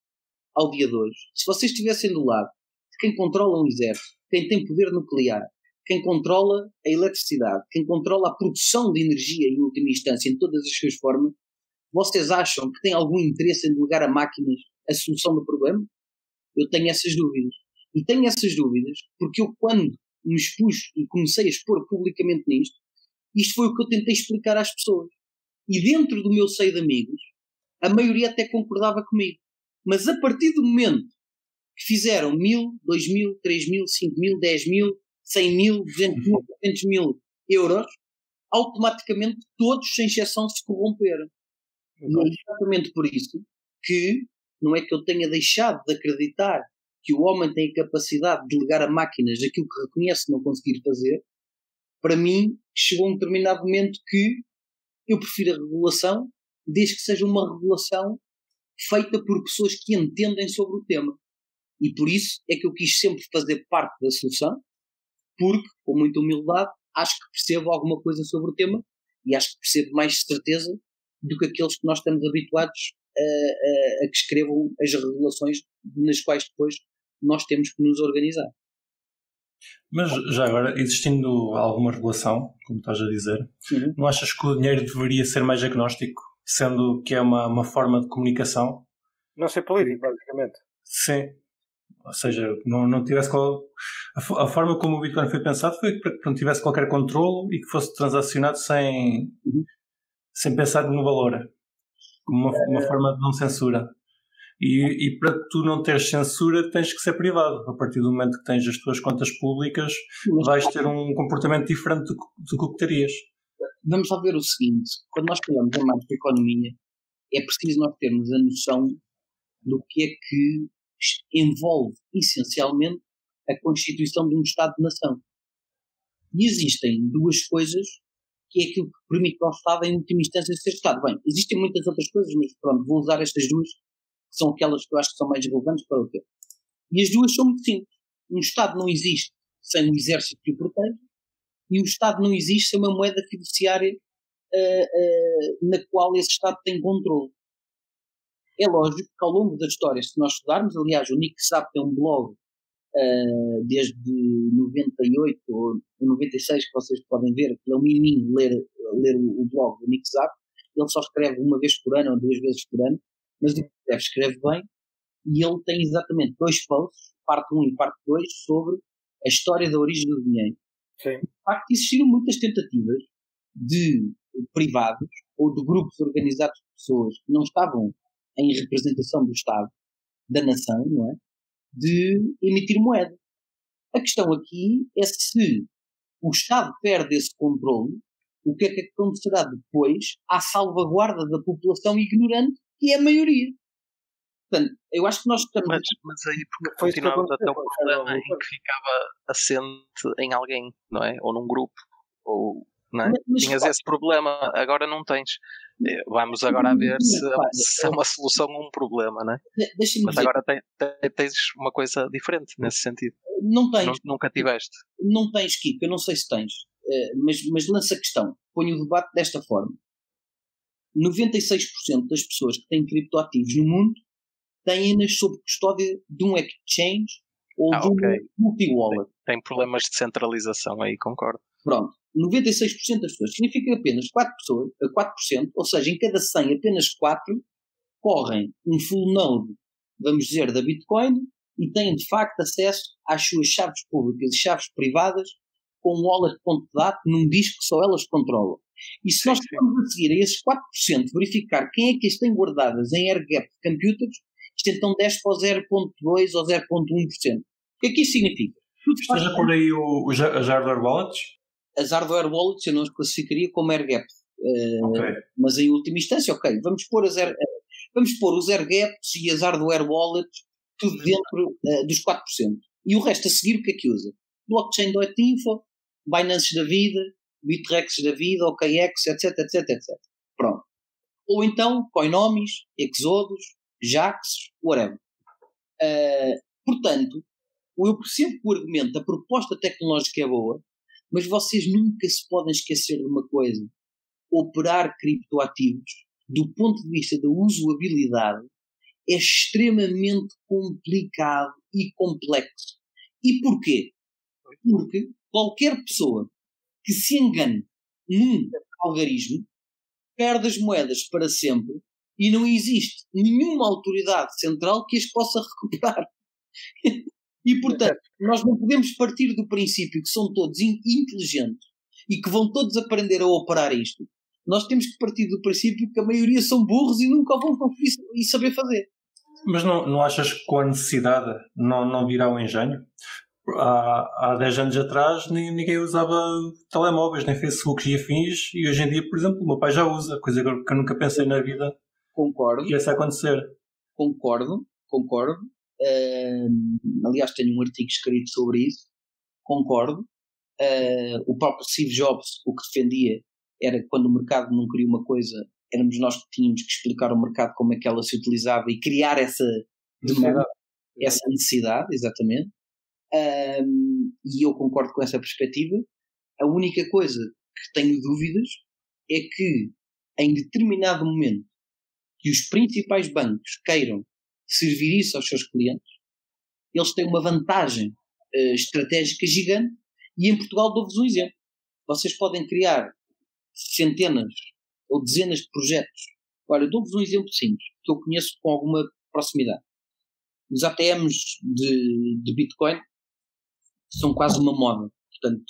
ao dia de hoje, se vocês estivessem do lado de quem controla um exército, quem tem poder nuclear, quem controla a eletricidade, quem controla a produção de energia em última instância em todas as suas formas, vocês acham que têm algum interesse em delegar a máquinas a solução do problema? Eu tenho essas dúvidas. E tenho essas dúvidas porque eu, quando me expus e comecei a expor publicamente nisto, isto foi o que eu tentei explicar às pessoas. E dentro do meu seio de amigos, a maioria até concordava comigo. Mas a partir do momento que fizeram mil, dois mil, três mil, cinco mil, dez mil, cem mil, duzentos mil, trezentos mil euros, automaticamente todos, sem exceção, se corromperam. E é exatamente por isso que não é que eu tenha deixado de acreditar que o homem tem a capacidade de delegar a máquinas aquilo que reconhece não conseguir fazer. Para mim, chegou um determinado momento que eu prefiro a regulação, desde que seja uma regulação feita por pessoas que entendem sobre o tema. E por isso é que eu quis sempre fazer parte da solução, porque, com muita humildade, acho que percebo alguma coisa sobre o tema e acho que percebo mais certeza do que aqueles que nós estamos habituados a, a, a que escrevam as regulações nas quais depois nós temos que nos organizar. Mas já agora, existindo alguma regulação, como estás a dizer, uhum. não achas que o dinheiro deveria ser mais agnóstico, sendo que é uma, uma forma de comunicação? Não ser político, basicamente. Sim. Ou seja, não, não tivesse qual... a, a forma como o Bitcoin foi pensado foi para que não tivesse qualquer controle e que fosse transacionado sem, uhum. sem pensar no valor, como uma, uma forma de não censura. E, e para tu não teres censura tens que ser privado. A partir do momento que tens as tuas contas públicas, vais ter um comportamento diferente do, do que terias. Vamos lá ver o seguinte: quando nós falamos em macroeconomia, é preciso nós termos a noção do que é que envolve essencialmente a constituição de um Estado-nação. E existem duas coisas que é aquilo que permite ao Estado, em última instância, ser Estado. Bem, existem muitas outras coisas, mas pronto, vou usar estas duas, que são aquelas que eu acho que são mais relevantes para o tempo. E as duas são muito simples. Um Estado não existe sem um exército que o proteja, e o Estado não existe sem uma moeda fiduciária uh, uh, na qual esse Estado tem controle. É lógico que ao longo da história, se nós estudarmos, aliás, o Nick Zap tem um blog uh, desde noventa e oito ou noventa e seis, que vocês podem ver, que é um miminho ler, ler o, o blog do Nick Zap. Ele só escreve uma vez por ano ou duas vezes por ano, mas ele escreve bem, e ele tem exatamente dois posts, parte um e parte dois, sobre a história da origem do dinheiro. Sim. De facto, existiram muitas tentativas de privados ou de grupos organizados de pessoas que não estavam em representação do Estado, da nação, não é? De emitir moeda. A questão aqui é se o Estado perde esse controle, o que é que acontecerá depois à salvaguarda da população ignorante, que é a maioria. Portanto, eu acho que nós estamos... Mas, mas aí porque continuávamos até o problema em que ficava assente em alguém, não é? Ou num grupo, ou... Não é? Mas, tinhas esse problema, agora não tens. Vamos agora a ver se, se é uma solução a um problema, não é? Mas dizer, agora tem, tem, tens uma coisa diferente nesse sentido. Não tens. Nunca tiveste. Não tens, Kiko, eu não sei se tens. Mas, mas lança a questão. Ponho o debate desta forma. noventa e seis por cento das pessoas que têm criptoativos no mundo têm-nas sob custódia de um exchange ou ah, de um okay. multi-wallet. Tem, tem problemas de centralização aí, concordo. Pronto. noventa e seis por cento das pessoas significa apenas quatro por cento, quatro por cento, ou seja, em cada cem apenas quatro correm um full node, vamos dizer, da Bitcoin e têm de facto acesso às suas chaves públicas e chaves privadas com um wallet.dat num disco que só elas controlam. E se sim, nós formos a seguir a esses quatro por cento verificar quem é que as tem guardadas em air-gap computers, isto então desce para o zero vírgula dois por cento ou zero vírgula um por cento. O que é que isso significa? Esteja por aí o, o, as hardware wallets? As hardware wallets eu não as classificaria como air-gap. Uh, okay. Mas em última instância, ok, vamos pôr, as air, uh, vamos pôr os air-gaps e as hardware wallets tudo dentro uh, dos quatro por cento. E o resto a seguir o que é que usa? blockchain ponto info, Binance da vida, Bitrex da vida, O K X, etc, etc, etcétera. Pronto. Ou então Coinomis, Exodus, Jax, whatever. Uh, portanto, eu percebo que o argumento, a proposta tecnológica é boa, mas vocês nunca se podem esquecer de uma coisa: operar criptoativos, do ponto de vista da usabilidade, é extremamente complicado e complexo. E porquê? Porque qualquer pessoa que se engane num algarismo perde as moedas para sempre e não existe nenhuma autoridade central que as possa recuperar. E, portanto, nós não podemos partir do princípio que são todos in- inteligentes e que vão todos aprender a operar isto. Nós temos que partir do princípio que a maioria são burros e nunca vão conseguir saber fazer. Mas não, não achas que com a necessidade não, não virá o engenho? Há, há dez anos atrás ninguém usava telemóveis, nem Facebook e afins, e hoje em dia, por exemplo, o meu pai já usa, coisa que eu nunca pensei na vida. Concordo. Que ia acontecer. Concordo, concordo. Uh, aliás, tenho um artigo escrito sobre isso. Concordo. Uh, o próprio Steve Jobs, o que defendia era que quando o mercado não queria uma coisa, éramos nós que tínhamos que explicar ao mercado como é que ela se utilizava e criar essa demanda. essa necessidade, exatamente, um, e eu concordo com essa perspectiva. A única coisa que tenho dúvidas é que em determinado momento que os principais bancos queiram servir isso aos seus clientes, eles têm uma vantagem uh, estratégica gigante, e em Portugal dou-vos um exemplo. Vocês podem criar centenas ou dezenas de projetos. Olha, dou-vos um exemplo simples, que eu conheço com alguma proximidade. Os A T Ms de, de Bitcoin são quase uma moda. Portanto,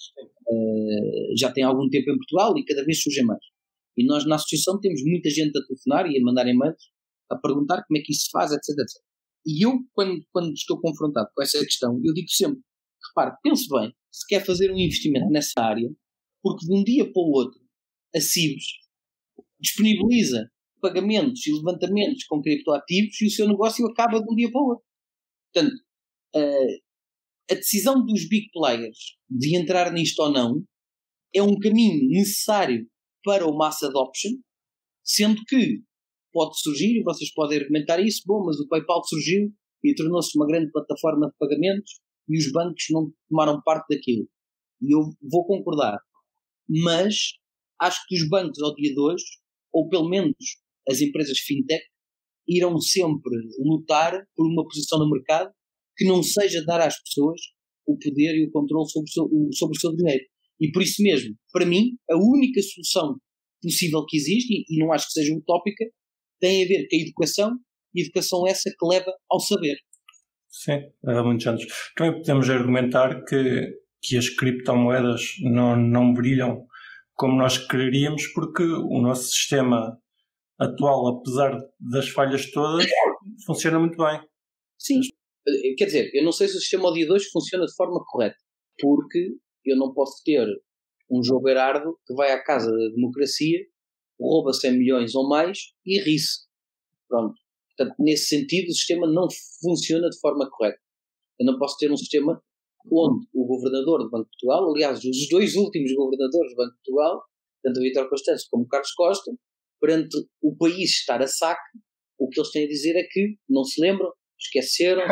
uh, já tem algum tempo em Portugal e cada vez surgem mais. E nós na associação temos muita gente a telefonar e a mandar e-mails a perguntar como é que isso se faz, etc, etcétera. E eu, quando, quando estou confrontado com essa questão, eu digo sempre, repare, pense bem, se quer fazer um investimento nessa área, porque de um dia para o outro a Cibes disponibiliza pagamentos e levantamentos com criptoativos e o seu negócio acaba de um dia para o outro. Portanto, uh, a decisão dos big players de entrar nisto ou não é um caminho necessário para o mass adoption, sendo que pode surgir, e vocês podem argumentar isso, bom, mas o PayPal surgiu e tornou-se uma grande plataforma de pagamentos e os bancos não tomaram parte daquilo. E eu vou concordar. Mas acho que os bancos ao dia de hoje, ou pelo menos as empresas fintech, irão sempre lutar por uma posição no mercado que não seja dar às pessoas o poder e o controle sobre o seu, sobre o seu dinheiro. E por isso mesmo, para mim, a única solução possível que existe, e, e não acho que seja utópica, tem a ver com a educação, e educação essa que leva ao saber. Sim, há muitos anos. Também podemos argumentar que, que as criptomoedas não, não brilham como nós quereríamos, porque o nosso sistema atual, apesar das falhas todas, funciona muito bem. Sim, quer dizer, eu não sei se o sistema ao dia de hoje funciona de forma correta, porque eu não posso ter um João Berardo que vai à casa da democracia, rouba cem milhões ou mais e ri-se. Pronto. Portanto, nesse sentido, o sistema não funciona de forma correta. Eu não posso ter um sistema onde o governador do Banco de Portugal, aliás, os dois últimos governadores do Banco de Portugal, tanto o Vítor Constâncio como o Carlos Costa, perante o país estar a saque, o que eles têm a dizer é que não se lembram, esqueceram,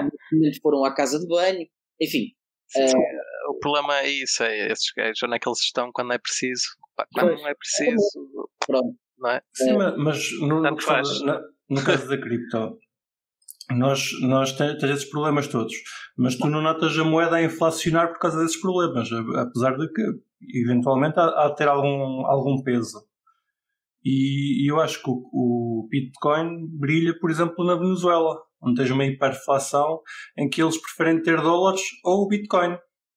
foram à casa de banho, enfim. Sim, uh, o problema é isso, é esses gajos, onde é que eles estão quando é preciso, pá, quando pois, não é preciso, pronto. Não é? Sim, é, mas no, no, caso, na, no caso da cripto, nós, nós temos esses problemas todos, mas tu não notas a moeda a inflacionar por causa desses problemas, apesar de que eventualmente há, há de ter algum, algum peso. E, e eu acho que o, o Bitcoin brilha, por exemplo, na Venezuela, onde tens uma hiperinflação em que eles preferem ter dólares ou o Bitcoin.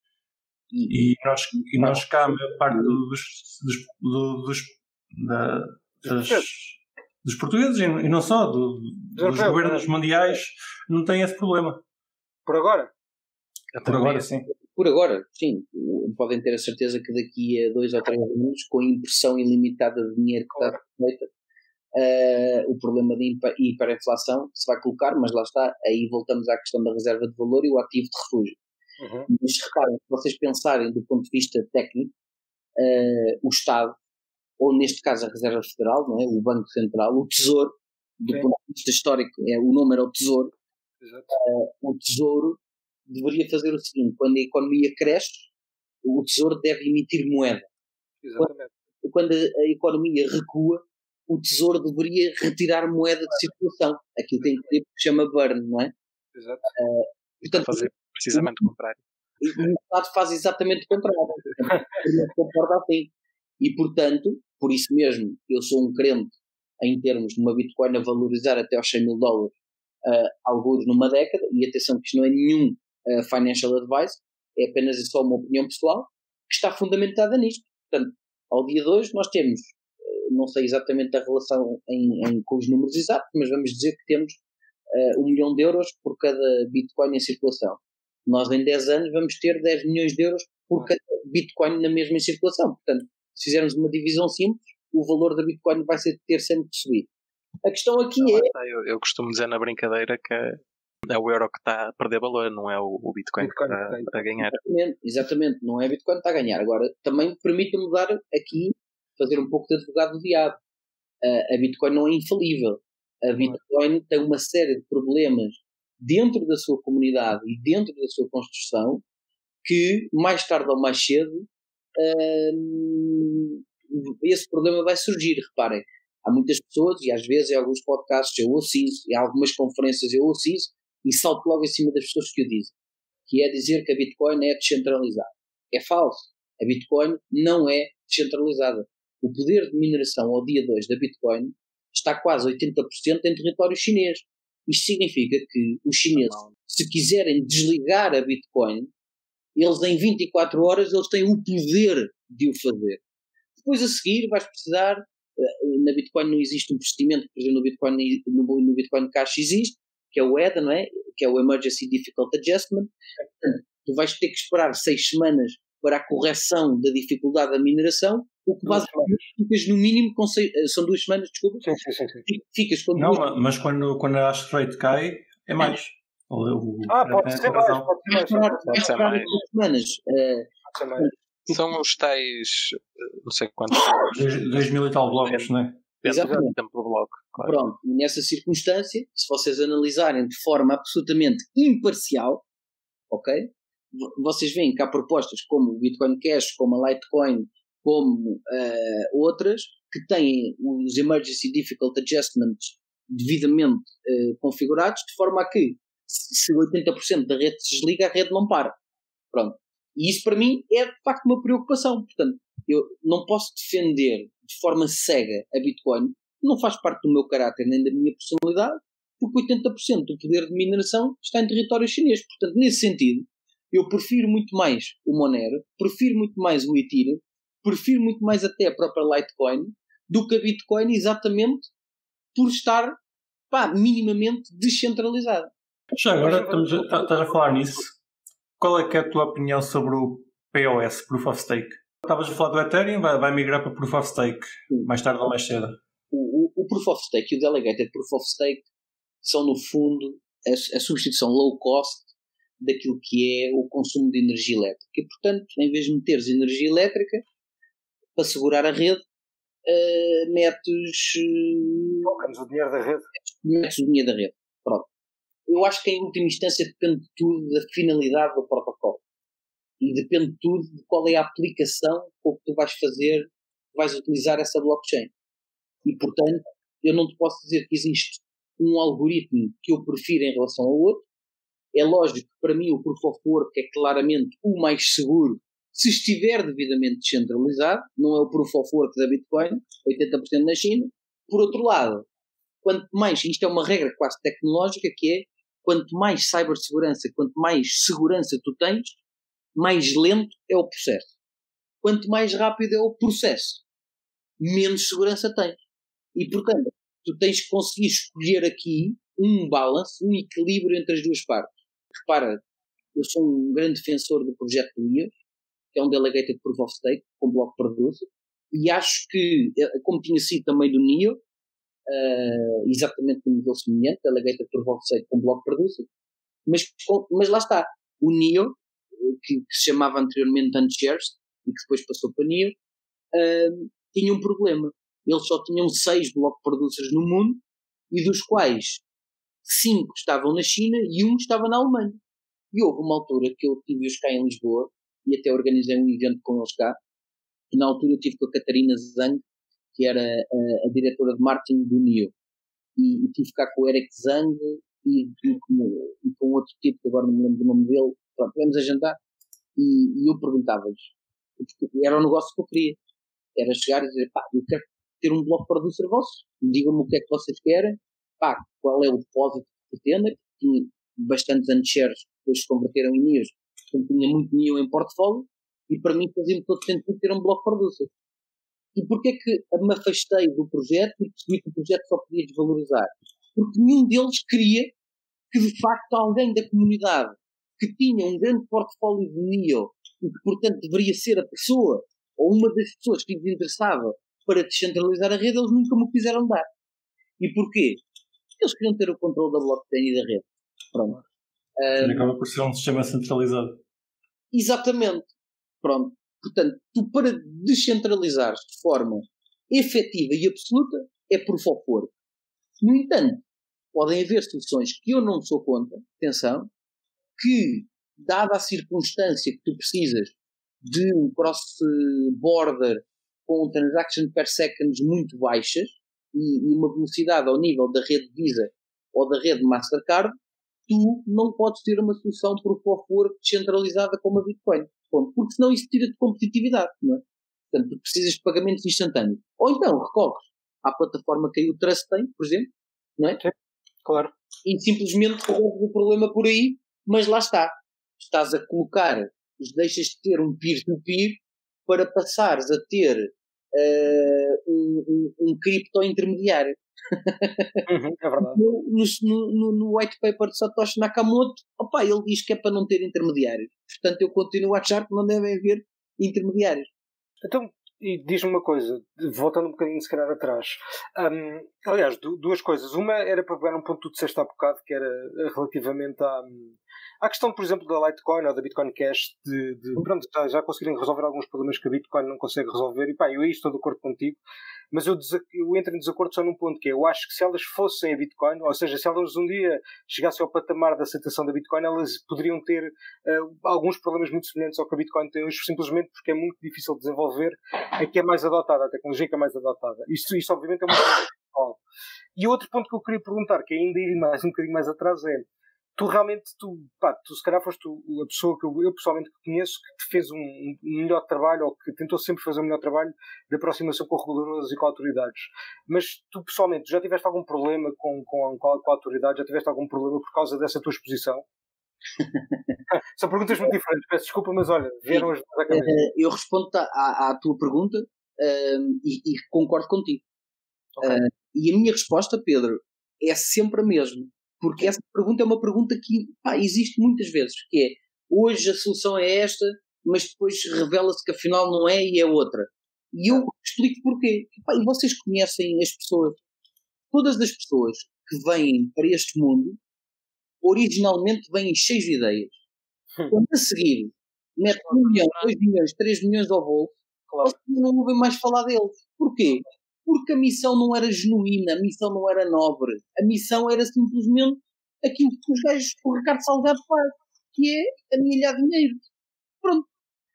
E, e nós, e nós cá, a maior parte dos, dos, dos, da, das, dos portugueses, e não só, do, dos governos mundiais, não tem esse problema. Por agora? Por agora, sim. Por agora, sim. Podem ter a certeza que daqui a dois ou três anos, com a impressão ilimitada de dinheiro que está feita, uh, o problema de hiperinflação se vai colocar, mas lá está, aí voltamos à questão da reserva de valor e o ativo de refúgio. Uhum. Mas reparem, se vocês pensarem do ponto de vista técnico, uh, o Estado, ou neste caso a Reserva Federal, não é? O Banco Central, o Tesouro, do Sim. ponto de vista histórico, é, o nome era o Tesouro, uh, o Tesouro deveria fazer o seguinte: quando a economia cresce, o Tesouro deve emitir moeda. Exatamente. Quando, quando a, a economia recua, o Tesouro deveria retirar moeda de circulação, aquilo que tem que chama burn, não é? Exato. Uh, portanto, fazer precisamente o contrário. E o Estado faz exatamente o contrário. Não concorda assim. E, portanto, por isso mesmo, eu sou um crente em termos de uma Bitcoin a valorizar até aos cem mil dólares, uh, alguns numa década, e atenção que isto não é nenhum uh, financial advice, é apenas só uma opinião pessoal, que está fundamentada nisto. Portanto, ao dia de hoje nós temos, uh, não sei exatamente a relação em, em, com os números exatos, mas vamos dizer que temos uh, um milhão de euros por cada Bitcoin em circulação. Nós em dez anos vamos ter dez milhões de euros por cada Bitcoin na mesma em circulação. Portanto, se fizermos uma divisão simples, o valor da Bitcoin vai ser, ter sempre que subir. A questão aqui não, é... Eu, eu costumo dizer na brincadeira que é o euro que está a perder valor, não é o, o Bitcoin, Bitcoin que está a ganhar. Exatamente, exatamente, não é Bitcoin que está a ganhar. Agora, também permite-me dar aqui, fazer um pouco de advogado do diabo. Uh, a Bitcoin não é infalível. A Bitcoin tem uma série de problemas dentro da sua comunidade e dentro da sua construção, que mais tarde ou mais cedo hum, esse problema vai surgir. Reparem, há muitas pessoas, e às vezes em alguns podcasts eu ouço isso, em algumas conferências eu ouço isso, e salto logo em cima das pessoas que o dizem, que é dizer que a Bitcoin é descentralizada. É falso. A Bitcoin não é descentralizada. O poder de mineração ao dia dois da Bitcoin está quase oitenta por cento em território chinês. Isto significa que os chineses, se quiserem desligar a Bitcoin, eles em vinte e quatro horas eles têm o poder de o fazer. Depois a seguir vais precisar, na Bitcoin não existe um procedimento, por exemplo no Bitcoin, no, no Bitcoin Cash existe, que é o E D A, não é? Que é o Emergency Difficult Adjustment. Tu vais ter que esperar seis semanas para a correção da dificuldade da mineração, o que basicamente ficas no mínimo com seis, são duas semanas, desculpa. Sim, sim, sim, sim. Ficas com Não, duas... mas quando, quando a hash rate cai, é mais. O, o, ah, pode ser mais, pode ser mais. Esperar, Pode ser esperar mais. duas semanas. Uh, Pode ser mais. São os tais, não sei quantos, dois, dois mil e tal blocos, não é? dentro do tempo do bloco. Claro. Pronto, e nessa circunstância, se vocês analisarem de forma absolutamente imparcial, ok? Vocês veem que há propostas como o Bitcoin Cash, como a Litecoin, como uh, outras, que têm os Emergency Difficult Adjustments devidamente uh, configurados, de forma a que, se oitenta por cento da rede se desliga, a rede não para. Pronto. E isso para mim é de facto uma preocupação. Portanto, eu não posso defender de forma cega a Bitcoin, não faz parte do meu caráter nem da minha personalidade, porque oitenta por cento do poder de mineração está em território chinês. Portanto, nesse sentido, eu prefiro muito mais o Monero, prefiro muito mais o Ethereum, prefiro muito mais até a própria Litecoin do que a Bitcoin, exatamente por estar, pá, minimamente descentralizada. Já agora, estamos a, estás a falar nisso. Qual é que é a tua opinião sobre o P O S, Proof of Stake? Estavas a falar do Ethereum, vai, vai migrar para Proof of Stake, mais tarde ou mais cedo. O, o, o Proof of Stake e o Delegated Proof of Stake são, no fundo, a, a substituição low cost daquilo que é o consumo de energia elétrica. E, portanto, em vez de meteres energia elétrica, para segurar a rede, uh, metes, Tocamos o dinheiro da rede. metes o dinheiro da rede. Pronto. Eu acho que, em última instância, depende de tudo da finalidade do protocolo. E depende de tudo de qual é a aplicação ou que tu vais fazer, vais utilizar essa blockchain. E, portanto, eu não te posso dizer que existe um algoritmo que eu prefiro em relação ao outro. É lógico que, para mim, o Proof of Work é claramente o mais seguro se estiver devidamente descentralizado. Não é o Proof of Work da Bitcoin, oitenta por cento na China. Por outro lado, quanto mais, isto é uma regra quase tecnológica, que é, quanto mais cibersegurança, quanto mais segurança tu tens, mais lento é o processo. Quanto mais rápido é o processo, menos segurança tens. E, portanto, tu tens que conseguir escolher aqui um balance, um equilíbrio entre as duas partes. Repara, eu sou um grande defensor do projeto do I A, que é um Delegated Proof of Stake, com bloco producer, e acho que, como tinha sido também do N I O, uh, exatamente no modelo semelhante, Delegated Proof of Stake com bloco producer, mas, mas lá está, o N I O, que, que se chamava anteriormente Unshared, e que depois passou para N I O, uh, tinha um problema. Eles só tinham seis block producers no mundo, e dos quais cinco estavam na China e um estava na Alemanha. E houve uma altura que eu tive-os cá em Lisboa, e até organizei um evento com eles cá, e na altura eu estive com a Catarina Zhang, que era a, a diretora de marketing do N I O, e, e tive cá com o Eric Zhang e, e, com, e com outro tipo, que agora não me lembro do nome dele. Pronto, vamos a jantar, e, e eu perguntava-lhes, era um negócio que eu queria, era chegar e dizer, pá, eu quero ter um bloco producer vosso, digam-me o que é que vocês querem, pá, qual é o depósito que pretendem, tinha bastantes unshares que depois se converteram em N I Os, portanto tinha muito N I O em portfólio, e para mim fazia-me todo sentido ter um bloco producer. E porquê que me afastei do projeto e percebi que o projeto só podia desvalorizar? Porque nenhum deles queria que de facto alguém da comunidade que tinha um grande portfólio de N I O e que portanto deveria ser a pessoa ou uma das pessoas que lhes interessava para descentralizar a rede, eles nunca me o quiseram dar. E porquê? Porque eles queriam ter o controle da blockchain e da rede. Pronto. Um, acaba por ser um sistema centralizado. Exatamente. Pronto. Portanto, tu para descentralizares de forma efetiva e absoluta é Proof of Work. No entanto, podem haver soluções que eu não sou contra, atenção, que, dada a circunstância que tu precisas de um cross-border com transaction per seconds muito baixas e, e uma velocidade ao nível da rede Visa ou da rede Mastercard, tu não podes ter uma solução por favor descentralizada como a Bitcoin. Ponto. Porque senão isso tira de competitividade, não é? Portanto, tu precisas de pagamentos instantâneos. Ou então recorres à plataforma que aí o Trust tem, por exemplo, não é? Sim, claro. E simplesmente resolves o problema por aí, mas lá está. Estás a colocar, deixas de ter um peer-to-peer para passares a ter uh, um, um, um cripto intermediário. Uhum, é verdade. No, no, no, no white paper de Satoshi Nakamoto, opa, ele diz que é para não ter intermediários. Portanto, eu continuo a achar que não devem haver intermediários. Então, e diz-me uma coisa, voltando um bocadinho se calhar atrás. Um, aliás, duas coisas. Uma era para pegar um ponto que tu disseste há bocado, que era relativamente à, à questão, por exemplo, da Litecoin ou da Bitcoin Cash, de, de pronto, já, já conseguirem resolver alguns problemas que a Bitcoin não consegue resolver. E pá, eu aí estou de acordo contigo. Mas eu, eu entro em desacordo só num ponto, que é, eu acho que se elas fossem a Bitcoin, ou seja, se elas um dia chegassem ao patamar da aceitação da Bitcoin, elas poderiam ter uh, alguns problemas muito semelhantes ao que a Bitcoin tem hoje, simplesmente porque é muito difícil de desenvolver, a que é mais adotada, a tecnologia que é mais adotada. Isto, isto obviamente é uma coisa. E outro ponto que eu queria perguntar, que ainda ir mais, um bocadinho mais atrás, é, tu realmente, tu, pá, tu se calhar foste a pessoa que eu, eu pessoalmente conheço que te fez um, um melhor trabalho, ou que tentou sempre fazer um melhor trabalho de aproximação com reguladores e com autoridades. Mas tu pessoalmente já tiveste algum problema com, com, com, a, com a autoridade? Já tiveste algum problema por causa dessa tua exposição? São perguntas muito diferentes, peço desculpa, mas olha, vieram as duas à cabeça. Eu respondo à, à tua pergunta um, e, e concordo contigo. Okay. Uh, e a minha resposta, Pedro, é sempre a mesma. Porque essa pergunta é uma pergunta que pá, existe muitas vezes, que é, hoje a solução é esta, mas depois revela-se que afinal não é e é outra. E eu explico porquê. E, pá, e vocês conhecem as pessoas, todas as pessoas que vêm para este mundo, originalmente vêm cheios de ideias. Quando a seguir mete um milhão, dois milhões, três milhões ao bolso, claro, vocês não ouvem mais falar deles. Porquê? Porque a missão não era genuína, a missão não era nobre. A missão era simplesmente aquilo que os gajos, o Ricardo Salgado faz, que é amelhar dinheiro. Pronto.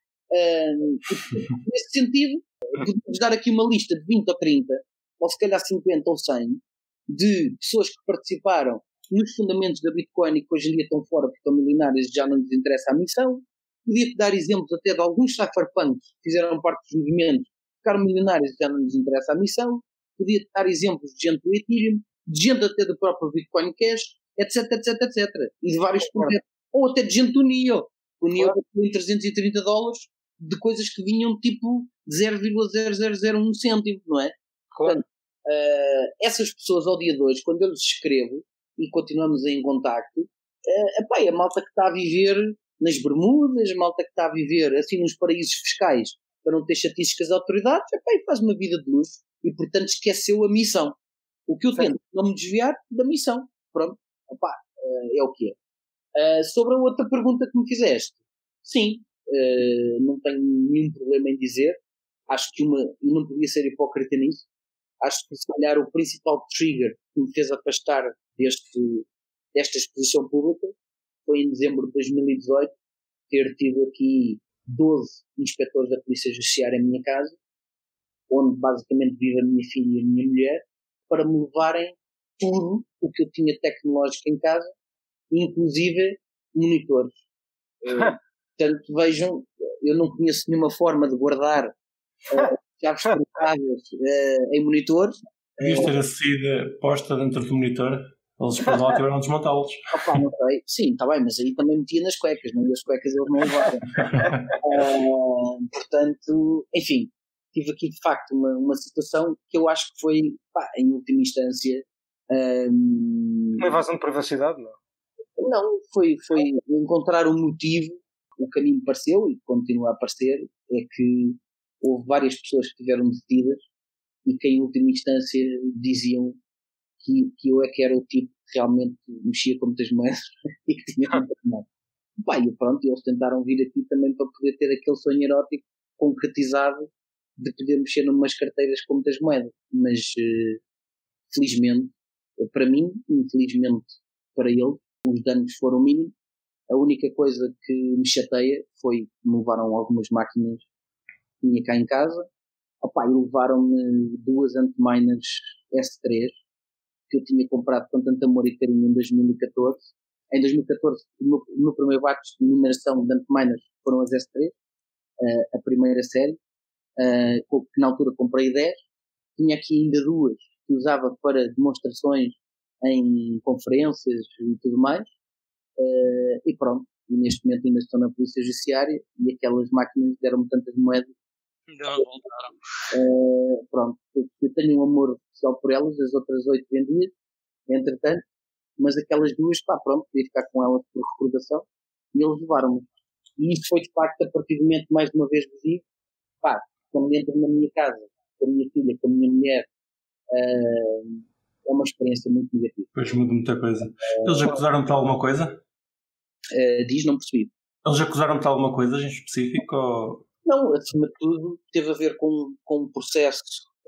Uh, nesse sentido, podemos dar aqui uma lista de vinte ou trinta, ou se calhar cinquenta ou cem, de pessoas que participaram nos fundamentos da Bitcoin e que hoje em dia estão fora porque estão milionários e já não lhes interessa a missão. Podia-te dar exemplos até de alguns cypherpunks que fizeram parte dos movimentos, ficaram milionários e já não lhes interessa a missão. Podia-te dar exemplos de gente do Ethereum, de gente até do próprio Bitcoin Cash, etc, etc, etcétera. E de vários projetos. Ou até de gente do N I O. O N I O claro, em trezentos e trinta dólares de coisas que vinham tipo zero vírgula zero zero zero um cêntimo, não é? Claro. Portanto, uh, essas pessoas ao dia de hoje, quando eu lhes escrevo e continuamos em contacto, uh, epá, a malta que está a viver nas Bermudas, a malta que está a viver assim nos paraísos fiscais para não ter chatices com as autoridades, epá, e faz uma vida de luxo e portanto esqueceu a missão. O que eu Sim. tento não me desviar da missão. Pronto, epá, uh, é o que é. Uh, sobre a outra pergunta que me fizeste, sim, uh, não tenho nenhum problema em dizer, acho que uma, e não podia ser hipócrita nisso, acho que se calhar o principal trigger que me fez afastar deste, desta exposição pública foi em dezembro de dois mil e dezoito ter tido aqui doze inspectores da Polícia Judiciária em minha casa, onde basicamente vive a minha filha e a minha mulher, para me levarem tudo o que eu tinha tecnológico em casa, inclusive monitores. Uh, portanto, vejam, eu não conheço nenhuma forma de guardar uh, chaves trocadas uh, em monitores. Devias ter a saída posta dentro do monitor, eles depois lá tiveram a desmontá-los. Opa, não sei. Sim, está bem, mas aí também metia nas cuecas, não? E as cuecas eles não levaram. uh, portanto, enfim, tive aqui de facto uma, uma situação que eu acho que foi, pá, em última instância, um... uma invasão de privacidade, não? Não, foi, foi encontrar um motivo. O caminho pareceu, e continua a parecer, é que houve várias pessoas que estiveram detidas e que em última instância diziam que, que eu é que era o tipo que realmente mexia com muitas moedas e que tinha muita moeda. Pá, e pronto, eles tentaram vir aqui também para poder ter aquele sonho erótico concretizado de poder mexer numas carteiras com muitas moedas, mas uh, felizmente para mim, infelizmente para ele, os danos foram mínimos. A única coisa que me chateia foi que me levaram algumas máquinas que tinha cá em casa. Opa, e levaram-me duas Antminers S três que eu tinha comprado com tanto amor e carinho em dois mil e catorze. Em dois mil e catorze, o meu, o meu primeiro batch de mineração de Antminers foram as S três, uh, a primeira série, uh, que na altura comprei dez. Tinha aqui ainda duas que usava para demonstrações em conferências e tudo mais. Uh, e pronto, e neste momento ainda estou na Polícia Judiciária e aquelas máquinas deram-me tantas moedas. Ainda não voltaram. Uh, pronto, eu, eu tenho um amor especial por elas, as outras oito vendidas, entretanto, mas aquelas duas, pá, pronto, podia ficar com elas por recordação e eles levaram-me. E isso foi de facto, a partir do momento, mais uma vez vos digo, pá, quando entro na minha casa, com a minha filha, com a minha mulher, uh, é uma experiência muito negativa. Pois muda muita coisa. Eles acusaram-te alguma coisa? Uh, diz, não percebi. Eles acusaram-te alguma coisa em específico? Ou... Não, acima de tudo, teve a ver com, com um processo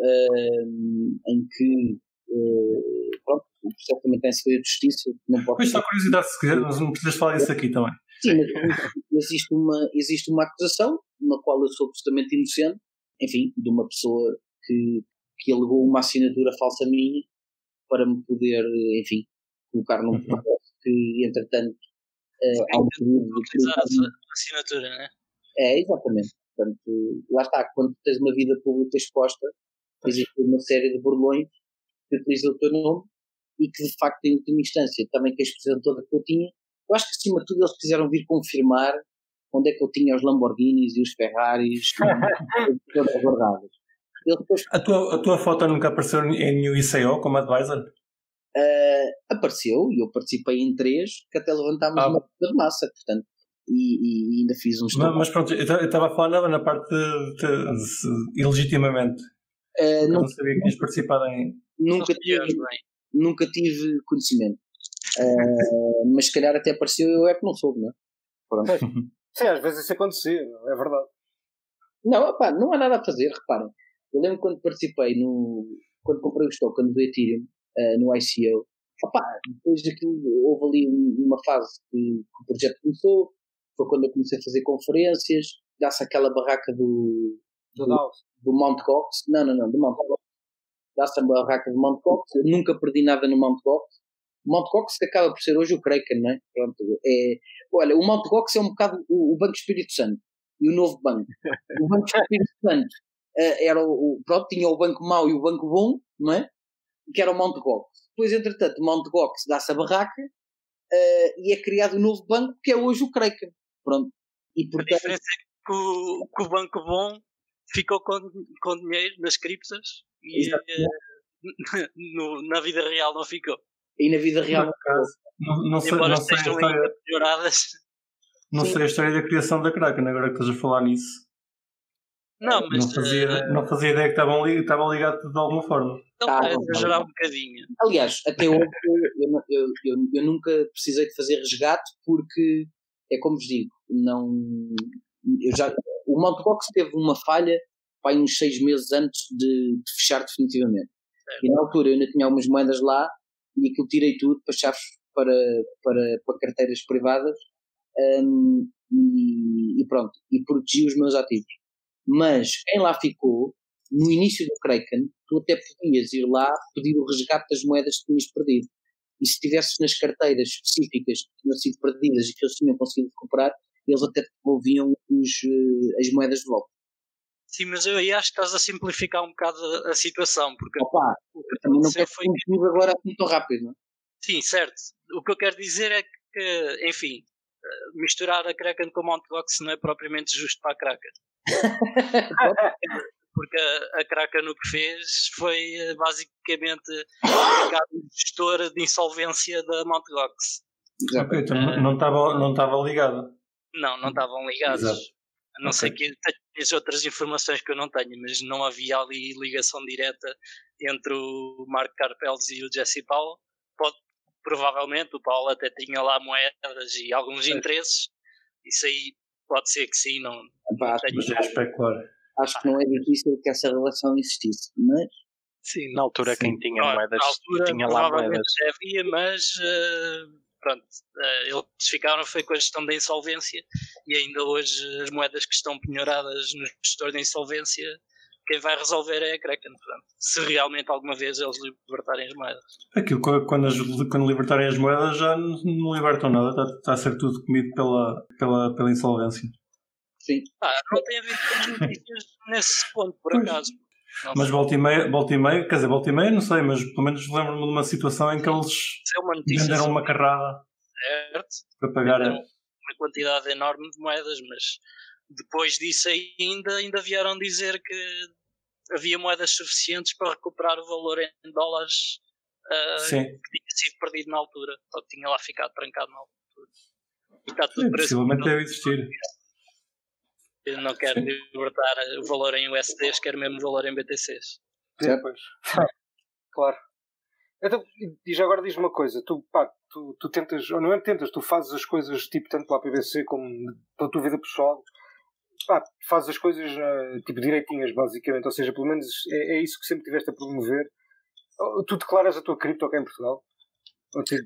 uh, em que uh, pronto, o processo também tem segredo de justiça. Não pode pois só curiosidade, se quiser, mas não precisas falar disso aqui também. Sim, mas existe uma, existe uma acusação, na qual eu sou absolutamente inocente, enfim, de uma pessoa que, que alegou uma assinatura falsa minha para me poder, enfim, colocar num Uhum. processo que, entretanto, uh, há um período de utilizar a sua assinatura, não é? É, exatamente. Portanto, lá está, quando tens uma vida pública exposta, existe uma série de burlões que utilizam o teu nome e que, de facto, em última instância, também que a expressão toda que eu tinha, eu acho que, acima de tudo, eles quiseram vir confirmar onde é que eu tinha os Lamborghinis e os Ferraris todas guardadas. Depois, a, tua, a tua foto nunca apareceu em U I C O como advisor? Uh, apareceu e eu participei em três que até levantámos ah. uma de massa, portanto, e, e ainda fiz uns. Mas, mas pronto, eu estava a falar na parte de, de, de, ilegitimamente. Uh, não, não sabia que tinhas participado em. Nunca tive, nunca tive conhecimento, uh, mas se calhar até apareceu, eu é que não soube, não é? Pronto. Sim, às vezes isso acontecia, é verdade. Não, opá, não há nada a fazer, reparem. Eu lembro quando participei no. Quando comprei os tokens do Ethereum. Uh, no I C O, opá, depois daquilo houve ali uma fase que, que o projeto começou, foi quando eu comecei a fazer conferências, dá-se aquela barraca do do, do, do Mount Gox, não, não, não, do Mount Gox, dá-se a barraca do Mount Gox, eu nunca perdi nada no Mount Gox, o Mount Gox que acaba por ser hoje o Kraken, não é? Pronto, é, olha, o Mount Gox é um bocado o, o Banco Espírito Santo e o novo banco. O Banco Espírito Santo uh, era o, o, pronto, tinha o banco mau e o banco bom, não é? Que era o Mount Gox. Depois, entretanto, o Mount Gox dá-se a barraca uh, e é criado um novo banco que é hoje o Kraken. Pronto. E, portanto, a diferença é que o, que o banco bom ficou com, com dinheiro nas criptas e uh, no, na vida real não ficou. E na vida real não ficou. Não, não sei, não sei, a história, não sei a história da criação da Kraken, agora que estás a falar nisso. Não, mas, não, fazia, uh, não fazia ideia que estavam, li, estavam ligados de alguma forma. Então, ah, é exagerar um bocadinho. Aliás, até hoje eu, eu, eu, eu nunca precisei de fazer resgate porque, é como vos digo, não, eu já, o Mount Gox teve uma falha há uns seis meses antes de, de fechar definitivamente. Certo. E na altura eu ainda tinha algumas moedas lá e aquilo tirei tudo para chaves para, para, para carteiras privadas um, e, e pronto, e protegi os meus ativos. Mas quem lá ficou, no início do Kraken, tu até podias ir lá pedir o resgate das moedas que tinhas perdido. E se estivesses nas carteiras específicas que tinham sido perdidas e que eles tinham conseguido recuperar, eles até te devolviam os, as moedas de volta. Sim, mas eu aí acho que estás a simplificar um bocado a, a situação. Porque Opa, o que também não quero foi que agora assim tão rápido, não é? Sim, certo. O que eu quero dizer é que, enfim, misturar a Kraken com o Mount Gox não é propriamente justo para a Kraken. Porque a, a Kraken o que fez foi basicamente um gestor de insolvência da Mount Gox. Ok, então uh, não estava não estava ligado. Não, não estavam ligados. Exato. A não okay. ser que tens outras informações que eu não tenho, mas não havia ali ligação direta entre o Mark Karpels e o Jesse Powell. Pode, provavelmente o Powell até tinha lá moedas e alguns é. interesses. Isso aí pode ser que sim, não, Epá, não tenho mas é especular. Acho que não é difícil que essa relação existisse, mas Sim, na altura quem tinha Ah, moedas na altura, tinha lá provavelmente moedas. já havia, mas uh, pronto, uh, eles ficaram foi com a gestão da insolvência e ainda hoje as moedas que estão penhoradas no gestor da insolvência, quem vai resolver é a Kraken, portanto, se realmente alguma vez eles libertarem as moedas. Aquilo, quando, as, quando libertarem as moedas já não libertam nada, está, está a ser tudo comido pela, pela, pela insolvência. Sim. Ah, não tem havido muitas notícias nesse ponto, por Pois. acaso. Não Mas sei. volta e meia, volta e meia, quer dizer, volta e meia, não sei, mas pelo menos lembro-me de uma situação em que eles Isso é uma notícia venderam uma carrada certo, para pagar a... uma quantidade enorme de moedas, mas depois disso ainda, ainda vieram dizer que havia moedas suficientes para recuperar o valor em dólares uh, Sim. que tinha sido perdido na altura, ou que tinha lá ficado trancado na altura. E está tudo Sim, preço. possivelmente deve existir. Eu não quero Sim. libertar o valor em U S Ds, quero mesmo o valor em B T Cs. Depois. Claro. Então, e já agora diz uma coisa, tu, pá, tu, tu tentas, ou não é tentas, tu fazes as coisas tipo tanto pela P B C como pela tua vida pessoal, pá, fazes as coisas uh, tipo direitinhas basicamente, ou seja, pelo menos é, é isso que sempre tiveste a promover. Tu declaras a tua cripto cá em Portugal? Ou tipo,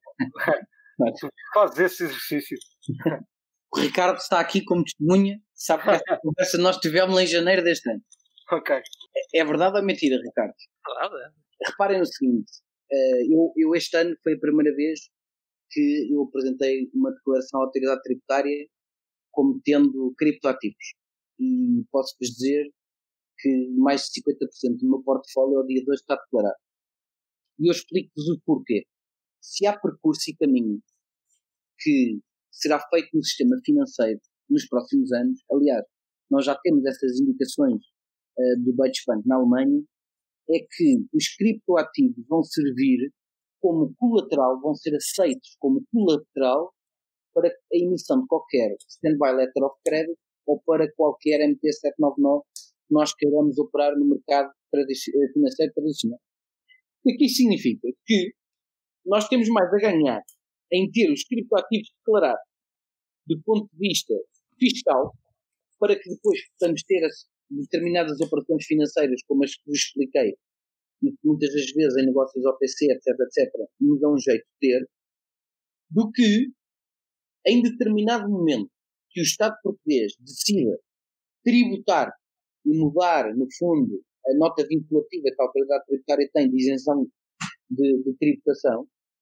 tu fazes esse exercício? O Ricardo está aqui como testemunha, sabe que esta conversa nós tivemos em janeiro deste ano. Ok. É, é verdade ou mentira, Ricardo? Claro, é. Reparem no seguinte, eu, eu este ano foi a primeira vez que eu apresentei uma declaração à autoridade tributária como tendo criptoativos. E posso-vos dizer que mais de cinquenta por cento do meu portfólio ao dia de hoje está declarado. E eu explico-vos o porquê. Se há percurso e caminho que será feito no sistema financeiro nos próximos anos, aliás, nós já temos essas indicações uh, do Deutsche Bank na Alemanha, é que os criptoativos vão servir como colateral, vão ser aceitos como colateral para a emissão de qualquer Standby Letter of Credit ou para qualquer M T sete nove nove que nós queiramos operar no mercado tradici- financeiro tradicional. O que isso significa? Que nós temos mais a ganhar em ter os criptoativos declarados do ponto de vista fiscal, para que depois possamos ter as determinadas operações financeiras, como as que vos expliquei, e que muitas das vezes em negócios O T C, etc, etcétera, nos dão um jeito de ter, do que em determinado momento que o Estado português decida tributar e mudar, no fundo, a nota vinculativa que a autoridade tributária tem de isenção de, de tributação,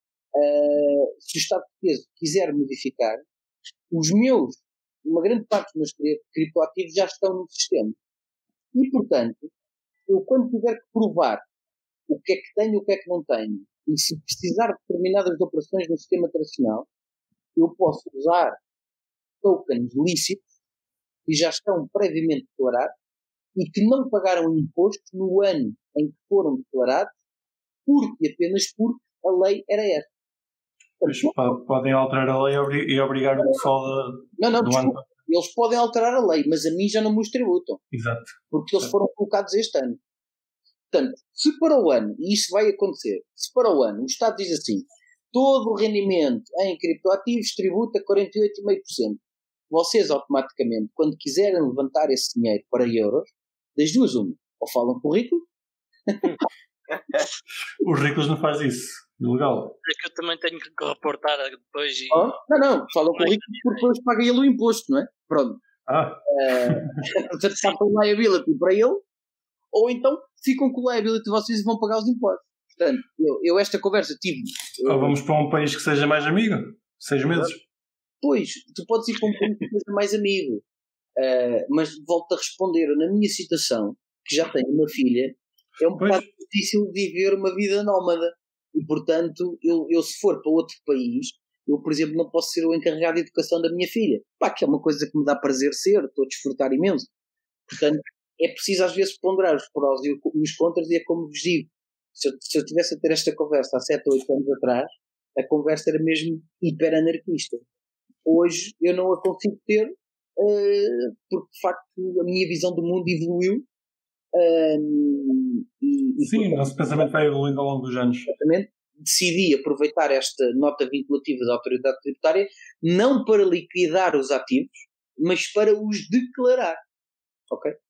uh, se o Estado português quiser modificar, os meus, uma grande parte dos meus criptoativos já estão no sistema. E, portanto, eu quando tiver que provar o que é que tenho e o que é que não tenho, e se precisar de determinadas operações no sistema tradicional, eu posso usar tokens lícitos que já estão previamente declarados e que não pagaram imposto no ano em que foram declarados, porque apenas porque a lei era esta. Pois, podem alterar a lei e obrigar o pessoal a... Não, não, do desculpa. ano. Eles podem alterar a lei, mas a mim já não me os tributam. Exato. Porque eles Exato. foram colocados este ano. Portanto, se para o ano, e isso vai acontecer, se para o ano o Estado diz assim, todo o rendimento em criptoativos tributa quarenta e oito vírgula cinco por cento, vocês automaticamente, quando quiserem levantar esse dinheiro para euros, das duas uma, ou falam com o rico. Os ricos não fazem isso. Ilegal. É que eu também tenho que reportar depois e... Oh, não, não, falam com o rico porque depois paga ele o imposto, não é? Pronto. Ah. Uh, portanto, passam liability para ele, ou então ficam com liability de vocês e vão pagar os impostos. Portanto, eu, eu esta conversa tive... Ou vamos para um país que seja mais amigo? Seis meses? Pois, tu podes ir para um país que seja mais amigo. Uh, mas volto a responder, na minha situação, que já tenho uma filha, é um bocado difícil viver uma vida nómada. E, portanto, eu, eu se for para outro país, eu, por exemplo, não posso ser o encarregado de educação da minha filha. Pá, que é uma coisa que me dá prazer ser, estou a desfrutar imenso. Portanto, é preciso às vezes ponderar os prós e os contras, e é como vos digo, se eu, se eu tivesse a ter esta conversa há sete ou oito anos atrás, a conversa era mesmo hiper anarquista. Hoje eu não a consigo ter, uh, porque de facto a minha visão do mundo evoluiu. Um, e, e Sim, portanto, o nosso pensamento vai evoluindo ao longo dos anos. Exatamente. Decidi aproveitar esta nota vinculativa da autoridade tributária não para liquidar os ativos, mas para os declarar. Ok?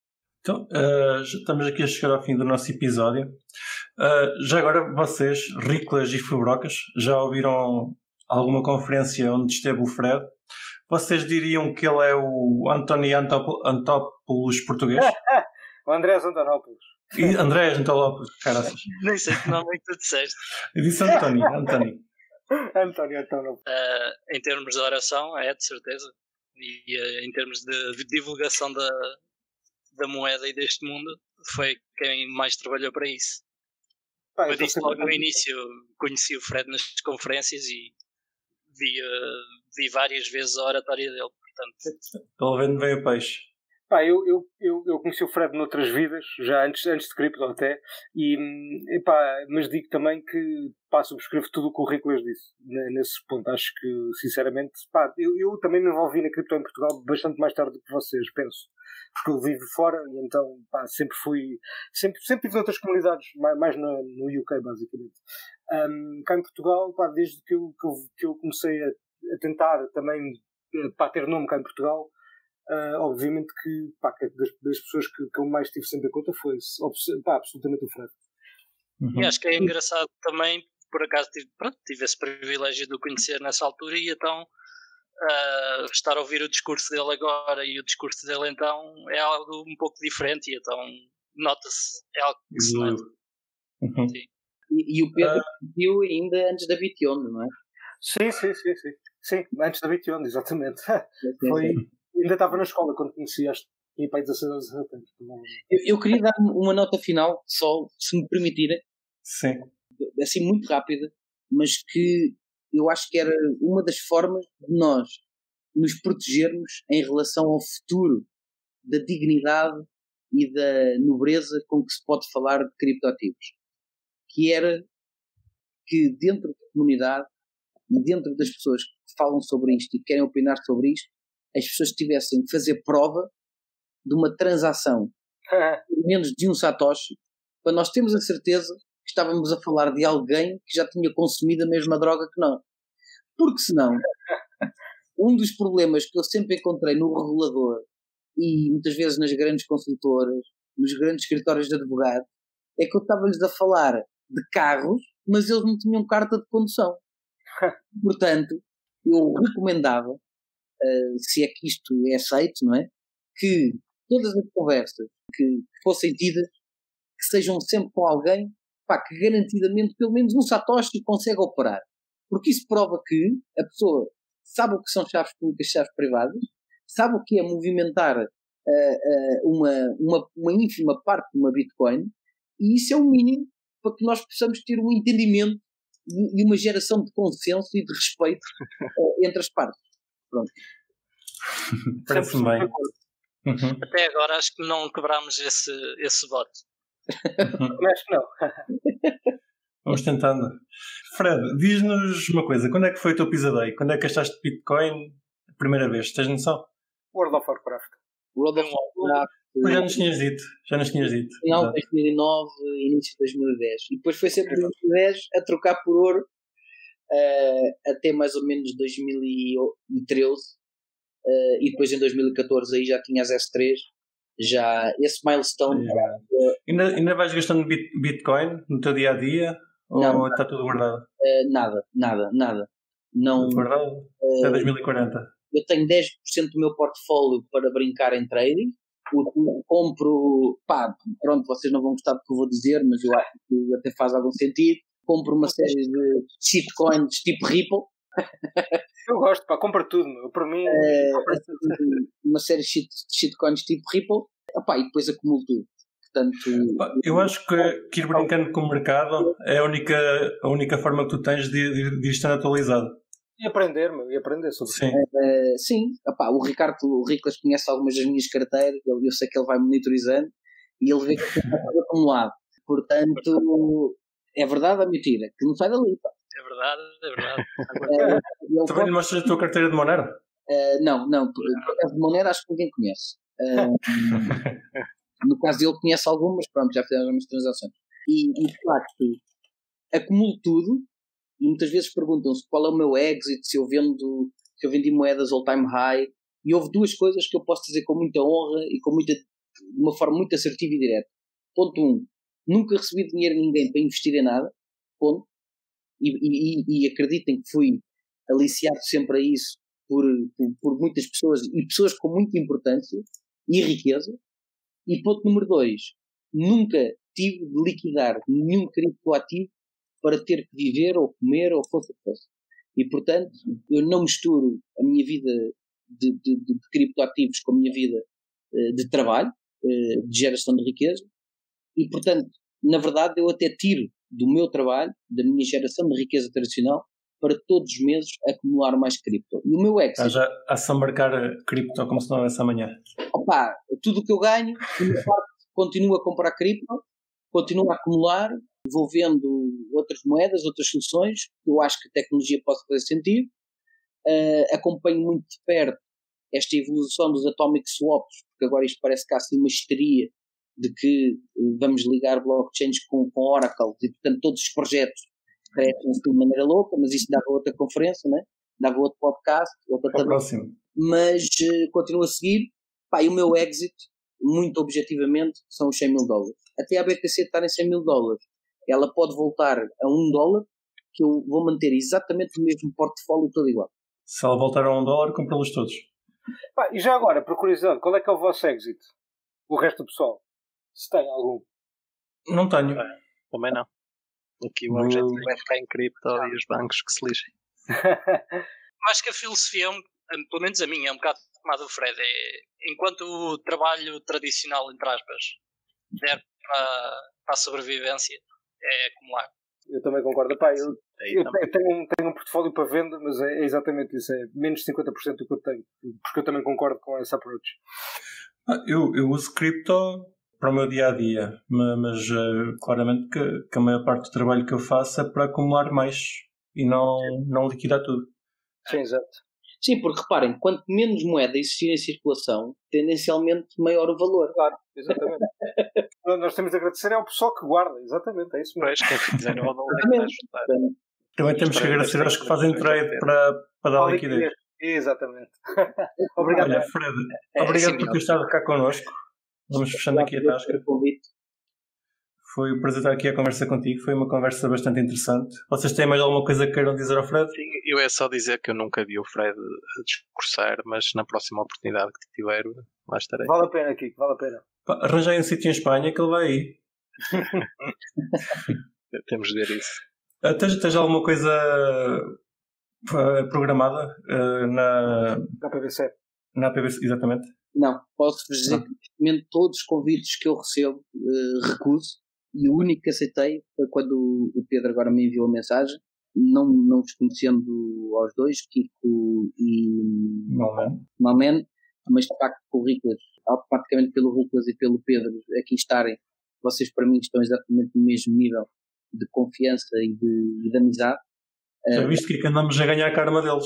Então, uh, já estamos aqui a chegar ao fim do nosso episódio. Uh, já agora, vocês, Riclas e Fubrocas, já ouviram alguma conferência onde esteve o Fred? Vocês diriam que ele é o António Antópolis português? O Andrés Antonopoulos. E Andrés Antonopoulos, caraças. Nem sei que nome é que tu disseste. Eu disse António, António. António Antonopoulos. Uh, em termos de oração, é de certeza. E uh, em termos de, de divulgação da, da moeda e deste mundo, foi quem mais trabalhou para isso. Pá, eu disse logo no início, conheci o Fred nas conferências e vi, uh, vi várias vezes a oratória dele. Portanto, estou vendo bem o peixe. Pá, eu, eu, eu, eu conheci o Fred noutras vidas, já antes, antes de cripto até, e, epá, mas digo também que pá, subscrevo tudo o que o Riclas disse nesse ponto. Acho que, sinceramente, pá, eu, eu também me envolvi na cripto em Portugal bastante mais tarde do que vocês, penso, porque eu vivo fora e então pá, sempre fui, sempre, sempre tive outras comunidades, mais, mais no, no U K basicamente. Um, cá em Portugal, pá, desde que eu, que eu, que eu comecei a, a tentar também pá, ter nome cá em Portugal, Uh, obviamente que, pá, que das, das pessoas que, que eu mais tive sempre em conta foi pá, absolutamente o Fred. Uhum. E acho que é engraçado também, por acaso tive, pronto, tive esse privilégio de o conhecer nessa altura e então uh, estar a ouvir o discurso dele agora e o discurso dele então é algo um pouco diferente e então nota-se, é algo que se nota. Uhum. Sim. E, e o Pedro viu uh, ainda antes da Bition, não é? Sim, sim, sim, sim, sim, antes da Bition, exatamente. Foi... Ainda estava na escola quando conheci, acho que tinha para dezasseis ou dezassete anos. Eu, eu queria dar uma nota final, só, se me permitirem. Sim. Assim, muito rápida, mas que eu acho que era uma das formas de nós nos protegermos em relação ao futuro da dignidade e da nobreza com que se pode falar de criptoativos. Que era que dentro da comunidade e dentro das pessoas que falam sobre isto e que querem opinar sobre isto, as pessoas tivessem que fazer prova de uma transação por menos de um satoshi, para nós termos a certeza que estávamos a falar de alguém que já tinha consumido a mesma droga que nós. Porque senão, um dos problemas que eu sempre encontrei no regulador e muitas vezes nas grandes consultoras, nos grandes escritórios de advogado, é que eu estava-lhes a falar de carros, mas eles não tinham carta de condução. Portanto, eu recomendava, Uh, se é que isto é aceito, não é? Que todas as conversas que fossem tidas, que sejam sempre com alguém, pá, que garantidamente pelo menos um satoshi consegue operar. Porque isso prova que a pessoa sabe o que são chaves públicas e chaves privadas, sabe o que é movimentar uh, uh, uma, uma, uma ínfima parte de uma Bitcoin, e isso é o mínimo para que nós possamos ter um entendimento e uma geração de consenso e de respeito uh, entre as partes. Pronto. Parece-me bem. Uhum. Até agora acho que não quebrámos esse, esse voto. Uhum. Acho que não. Vamos tentando. Fred, diz-nos uma coisa. Quando é que foi o teu Pisadei? Quando é que achaste Bitcoin a primeira vez? Tens noção? World of Warcraft. World of Warcraft. Pois já nos tinhas dito. Já nos tinhas dito. Final de dois mil e nove, início de dois mil e dez. E depois foi sempre dois mil e dez a trocar por ouro uh, até mais ou menos dois mil e treze. Uh, e depois em dois mil e catorze aí já tinha as S três, já esse milestone. É. Uh, ainda, ainda vais gastando bit, Bitcoin no teu dia a dia? Não, ou está tudo guardado? Uh, nada, nada, nada. Não, tudo guardado? Uh, até dois mil e quarenta. Eu tenho dez por cento do meu portfólio para brincar em trading. O, o, compro, pá, pronto, vocês não vão gostar do que eu vou dizer, mas eu acho que até faz algum sentido. Compro uma série de shitcoins tipo Ripple. Eu gosto, pá, compra tudo, meu. Para mim, uh, uma série de shit, shitcoins tipo Ripple, opá, e depois acumulo tudo. Portanto, eu acho que, que ir brincando com o mercado é a única, a única forma que tu tens de, de, de estar atualizado. E aprender, meu, e aprender sobre sim. Uh, sim, opá, o Ricardo, o Riclas conhece algumas das minhas carteiras, eu, eu sei que ele vai monitorizando e ele vê que está tudo acumulado. Portanto, é verdade ou mentira? Que não sai dali, pá. É verdade, é verdade. uh, Também lhe mostras a tua carteira de Monero? Uh, não, não. A de Monero acho que ninguém conhece. Uh, no caso dele conhece algumas, pronto, já fizemos algumas transações. E, e de facto, acumulo tudo e muitas vezes perguntam-se qual é o meu exit, se eu vendo, se eu vendi moedas all time high. E houve duas coisas que eu posso dizer com muita honra e com muita de uma forma muito assertiva e direta. Ponto um, nunca recebi dinheiro de ninguém para investir em nada, ponto, e, e, e acreditem que fui aliciado sempre a isso por, por, por muitas pessoas, e pessoas com muita importância e riqueza. E ponto número dois, nunca tive de liquidar nenhum criptoativo para ter que viver ou comer ou fosse o que fosse. E portanto, eu não misturo a minha vida de, de, de, de criptoativos com a minha vida uh, de trabalho, uh, de geração de riqueza, e portanto, na verdade, eu até tiro do meu trabalho, da minha geração de riqueza tradicional, para todos os meses acumular mais cripto. E o meu exit... Ah, já a marcar a cripto como se não houvesse amanhã. Opa, tudo o que eu ganho, a minha parte, continuo a comprar cripto, continuo a acumular, vou vendo outras moedas, outras soluções, eu acho que a tecnologia pode fazer sentido. Uh, acompanho muito de perto esta evolução dos atomic swaps, porque agora isto parece que há assim uma histeria de que uh, vamos ligar blockchains com, com Oracle, e portanto todos os projetos crescem-se de maneira louca, mas isso dava outra conferência, né? Dava outro podcast, outra próximo. Mas uh, continuo a seguir. Pá, e o meu exit, muito objetivamente, são os cem mil dólares. Até a B T C estar em cem mil dólares, ela pode voltar a um dólar, que eu vou manter exatamente o mesmo portfólio todo igual. Se ela voltar a um dólar, comprá-los todos. Pá, e já agora, por curiosidade, qual é que é o vosso exit? O resto do pessoal? Se tem algum? Não tenho. É, também não. Aqui o objetivo é ficar em cripto e os bancos que se lixem. Acho que a filosofia, pelo menos a minha, é um bocado como a do Fred. É, enquanto o trabalho tradicional, entre aspas, der para, para a sobrevivência, é acumular. Eu também concordo. Pá, eu, eu tenho, tenho, um, tenho um portfólio para venda, mas é, é exatamente isso. É menos de cinquenta por cento do que eu tenho. Porque eu também concordo com esse approach. Ah, eu, eu uso cripto para o meu dia-a-dia, mas, mas uh, claramente que, que a maior parte do trabalho que eu faço é para acumular mais e não, não liquidar tudo. Sim, exato. Sim, porque reparem, quanto menos moeda existir em circulação, tendencialmente maior o valor. Claro, exatamente. Nós temos de agradecer ao pessoal que guarda, exatamente, é isso mesmo. Pois, quem fizer o valor é que vai ajudar. Também temos que agradecer aos que fazem trade para, para dar liquidez. Exatamente. Obrigado. Olha, Fred, obrigado por ter estado cá connosco. Vamos fechando aqui a tasca. Foi um prazer estar aqui a conversa contigo. Foi uma conversa bastante interessante. Vocês têm mais alguma coisa que queiram dizer ao Fred? Sim, eu é só dizer que eu nunca vi o Fred discursar, mas na próxima oportunidade que tiver, lá estarei. Vale a pena, Kiko, vale a pena. Arranjei um sítio em Espanha que ele vai aí. Temos de ver isso. Uh, tens, tens alguma coisa uh, programada uh, na... Na P B C? Na P B C, exatamente. Não, posso-vos dizer que neste momento todos os convites que eu recebo uh, recuso, e o único que aceitei foi quando o Pedro agora me enviou a mensagem, não, não vos conhecendo aos dois, Kiko e Malman, mas de facto com o Riclas, automaticamente pelo Riclas e pelo Pedro aqui estarem, vocês para mim estão exatamente no mesmo nível de confiança e de, e de amizade. Já viste que andamos a ganhar a karma deles.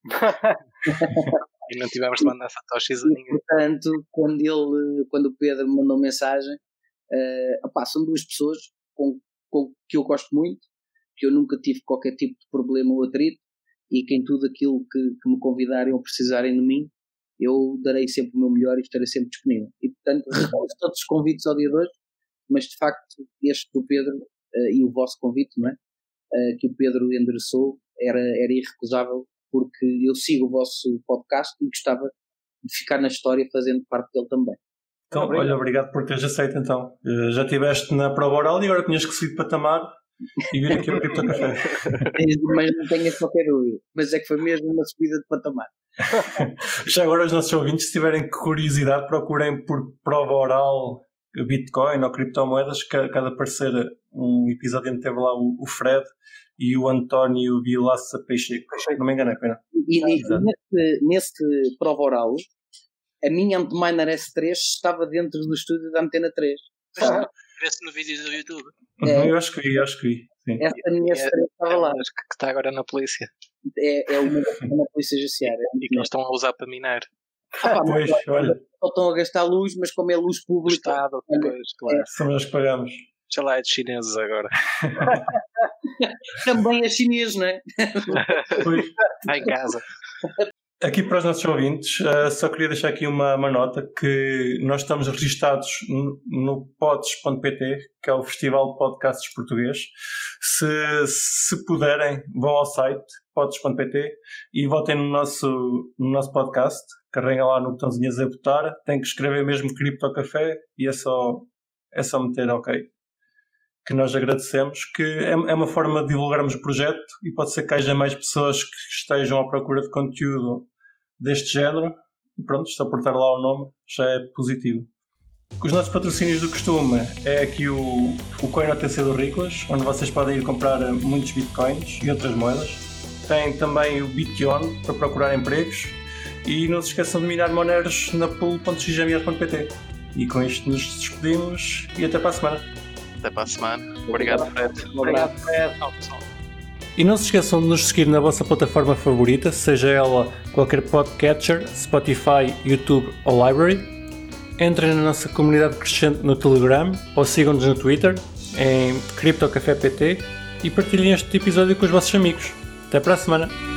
E não tivemos de mandar satoshis a ninguém. Portanto, quando, ele, quando o Pedro me mandou mensagem, uh, opá, são duas pessoas com, com que eu gosto muito, que eu nunca tive qualquer tipo de problema ou atrito, e que em tudo aquilo que, que me convidarem ou precisarem de mim, eu darei sempre o meu melhor e estarei sempre disponível. E portanto, recuso todos os convites ao dia de hoje, mas de facto este do Pedro uh, e o vosso convite, não é? Uh, que o Pedro endereçou era, era irrecusável, porque eu sigo o vosso podcast e gostava de ficar na história fazendo parte dele também. Então, obrigado. Olha, obrigado por teres aceito então. Uh, já estiveste na prova oral e agora tinhas que subir de patamar e vir aqui ao Cripto Café. Mas não tenho qualquer dúvida. Mas é que foi mesmo uma subida de patamar. Já agora os nossos ouvintes, se tiverem curiosidade, procurem por prova oral Bitcoin ou criptomoedas, que cada aparecer um episódio onde teve lá o, o Fred e o António Vilaça Peixeco. Não me engano, é pena. E, e nesse, nesse prova oral, a minha Antminer S três estava dentro do estúdio da Antena três. Ah. Vê-se no vídeo do YouTube. É. Eu acho que vi, acho que vi. Sim. Essa minha S três estava lá. Acho que está agora na polícia. É, é uma na polícia judiciária. E que eles estão a usar para minar. Ah, pá, pois, mas, olha. Só estão a gastar luz, mas como é luz pública. Estado, depois, claro. É. Somos nós que pagamos. Já lá é de chineses agora. Também é chinês, não é? Pois. Está em casa. aqui para os nossos ouvintes, uh, só queria deixar aqui uma, uma nota que nós estamos registados no, no pods ponto pt, que é o Festival de Podcasts Português. Se, se puderem, vão ao site pods ponto pt e votem no nosso, no nosso podcast. Carreguem lá no botãozinho a votar. Tem que escrever mesmo Cripto Café e é só, é só meter ok. Que nós agradecemos, que é, é uma forma de divulgarmos o projeto e pode ser que haja mais pessoas que estejam à procura de conteúdo deste género. E pronto, só por estar lá o nome já é positivo. Os nossos patrocínios do costume é aqui o, o Coin O T C do Ricolas, onde vocês podem ir comprar muitos bitcoins e outras moedas. Tem também o Bition para procurar empregos. E não se esqueçam de minar Moneros na pool ponto x m r ponto p t. E com isto nos despedimos e até para a semana. Até para a semana. Obrigado, Fred. Obrigado, Fred. Tchau, pessoal. E não se esqueçam de nos seguir na vossa plataforma favorita, seja ela qualquer podcatcher, Spotify, YouTube ou Library. Entrem na nossa comunidade crescente no Telegram ou sigam-nos no Twitter em CryptoCafé P T e partilhem este episódio com os vossos amigos. Até para a semana!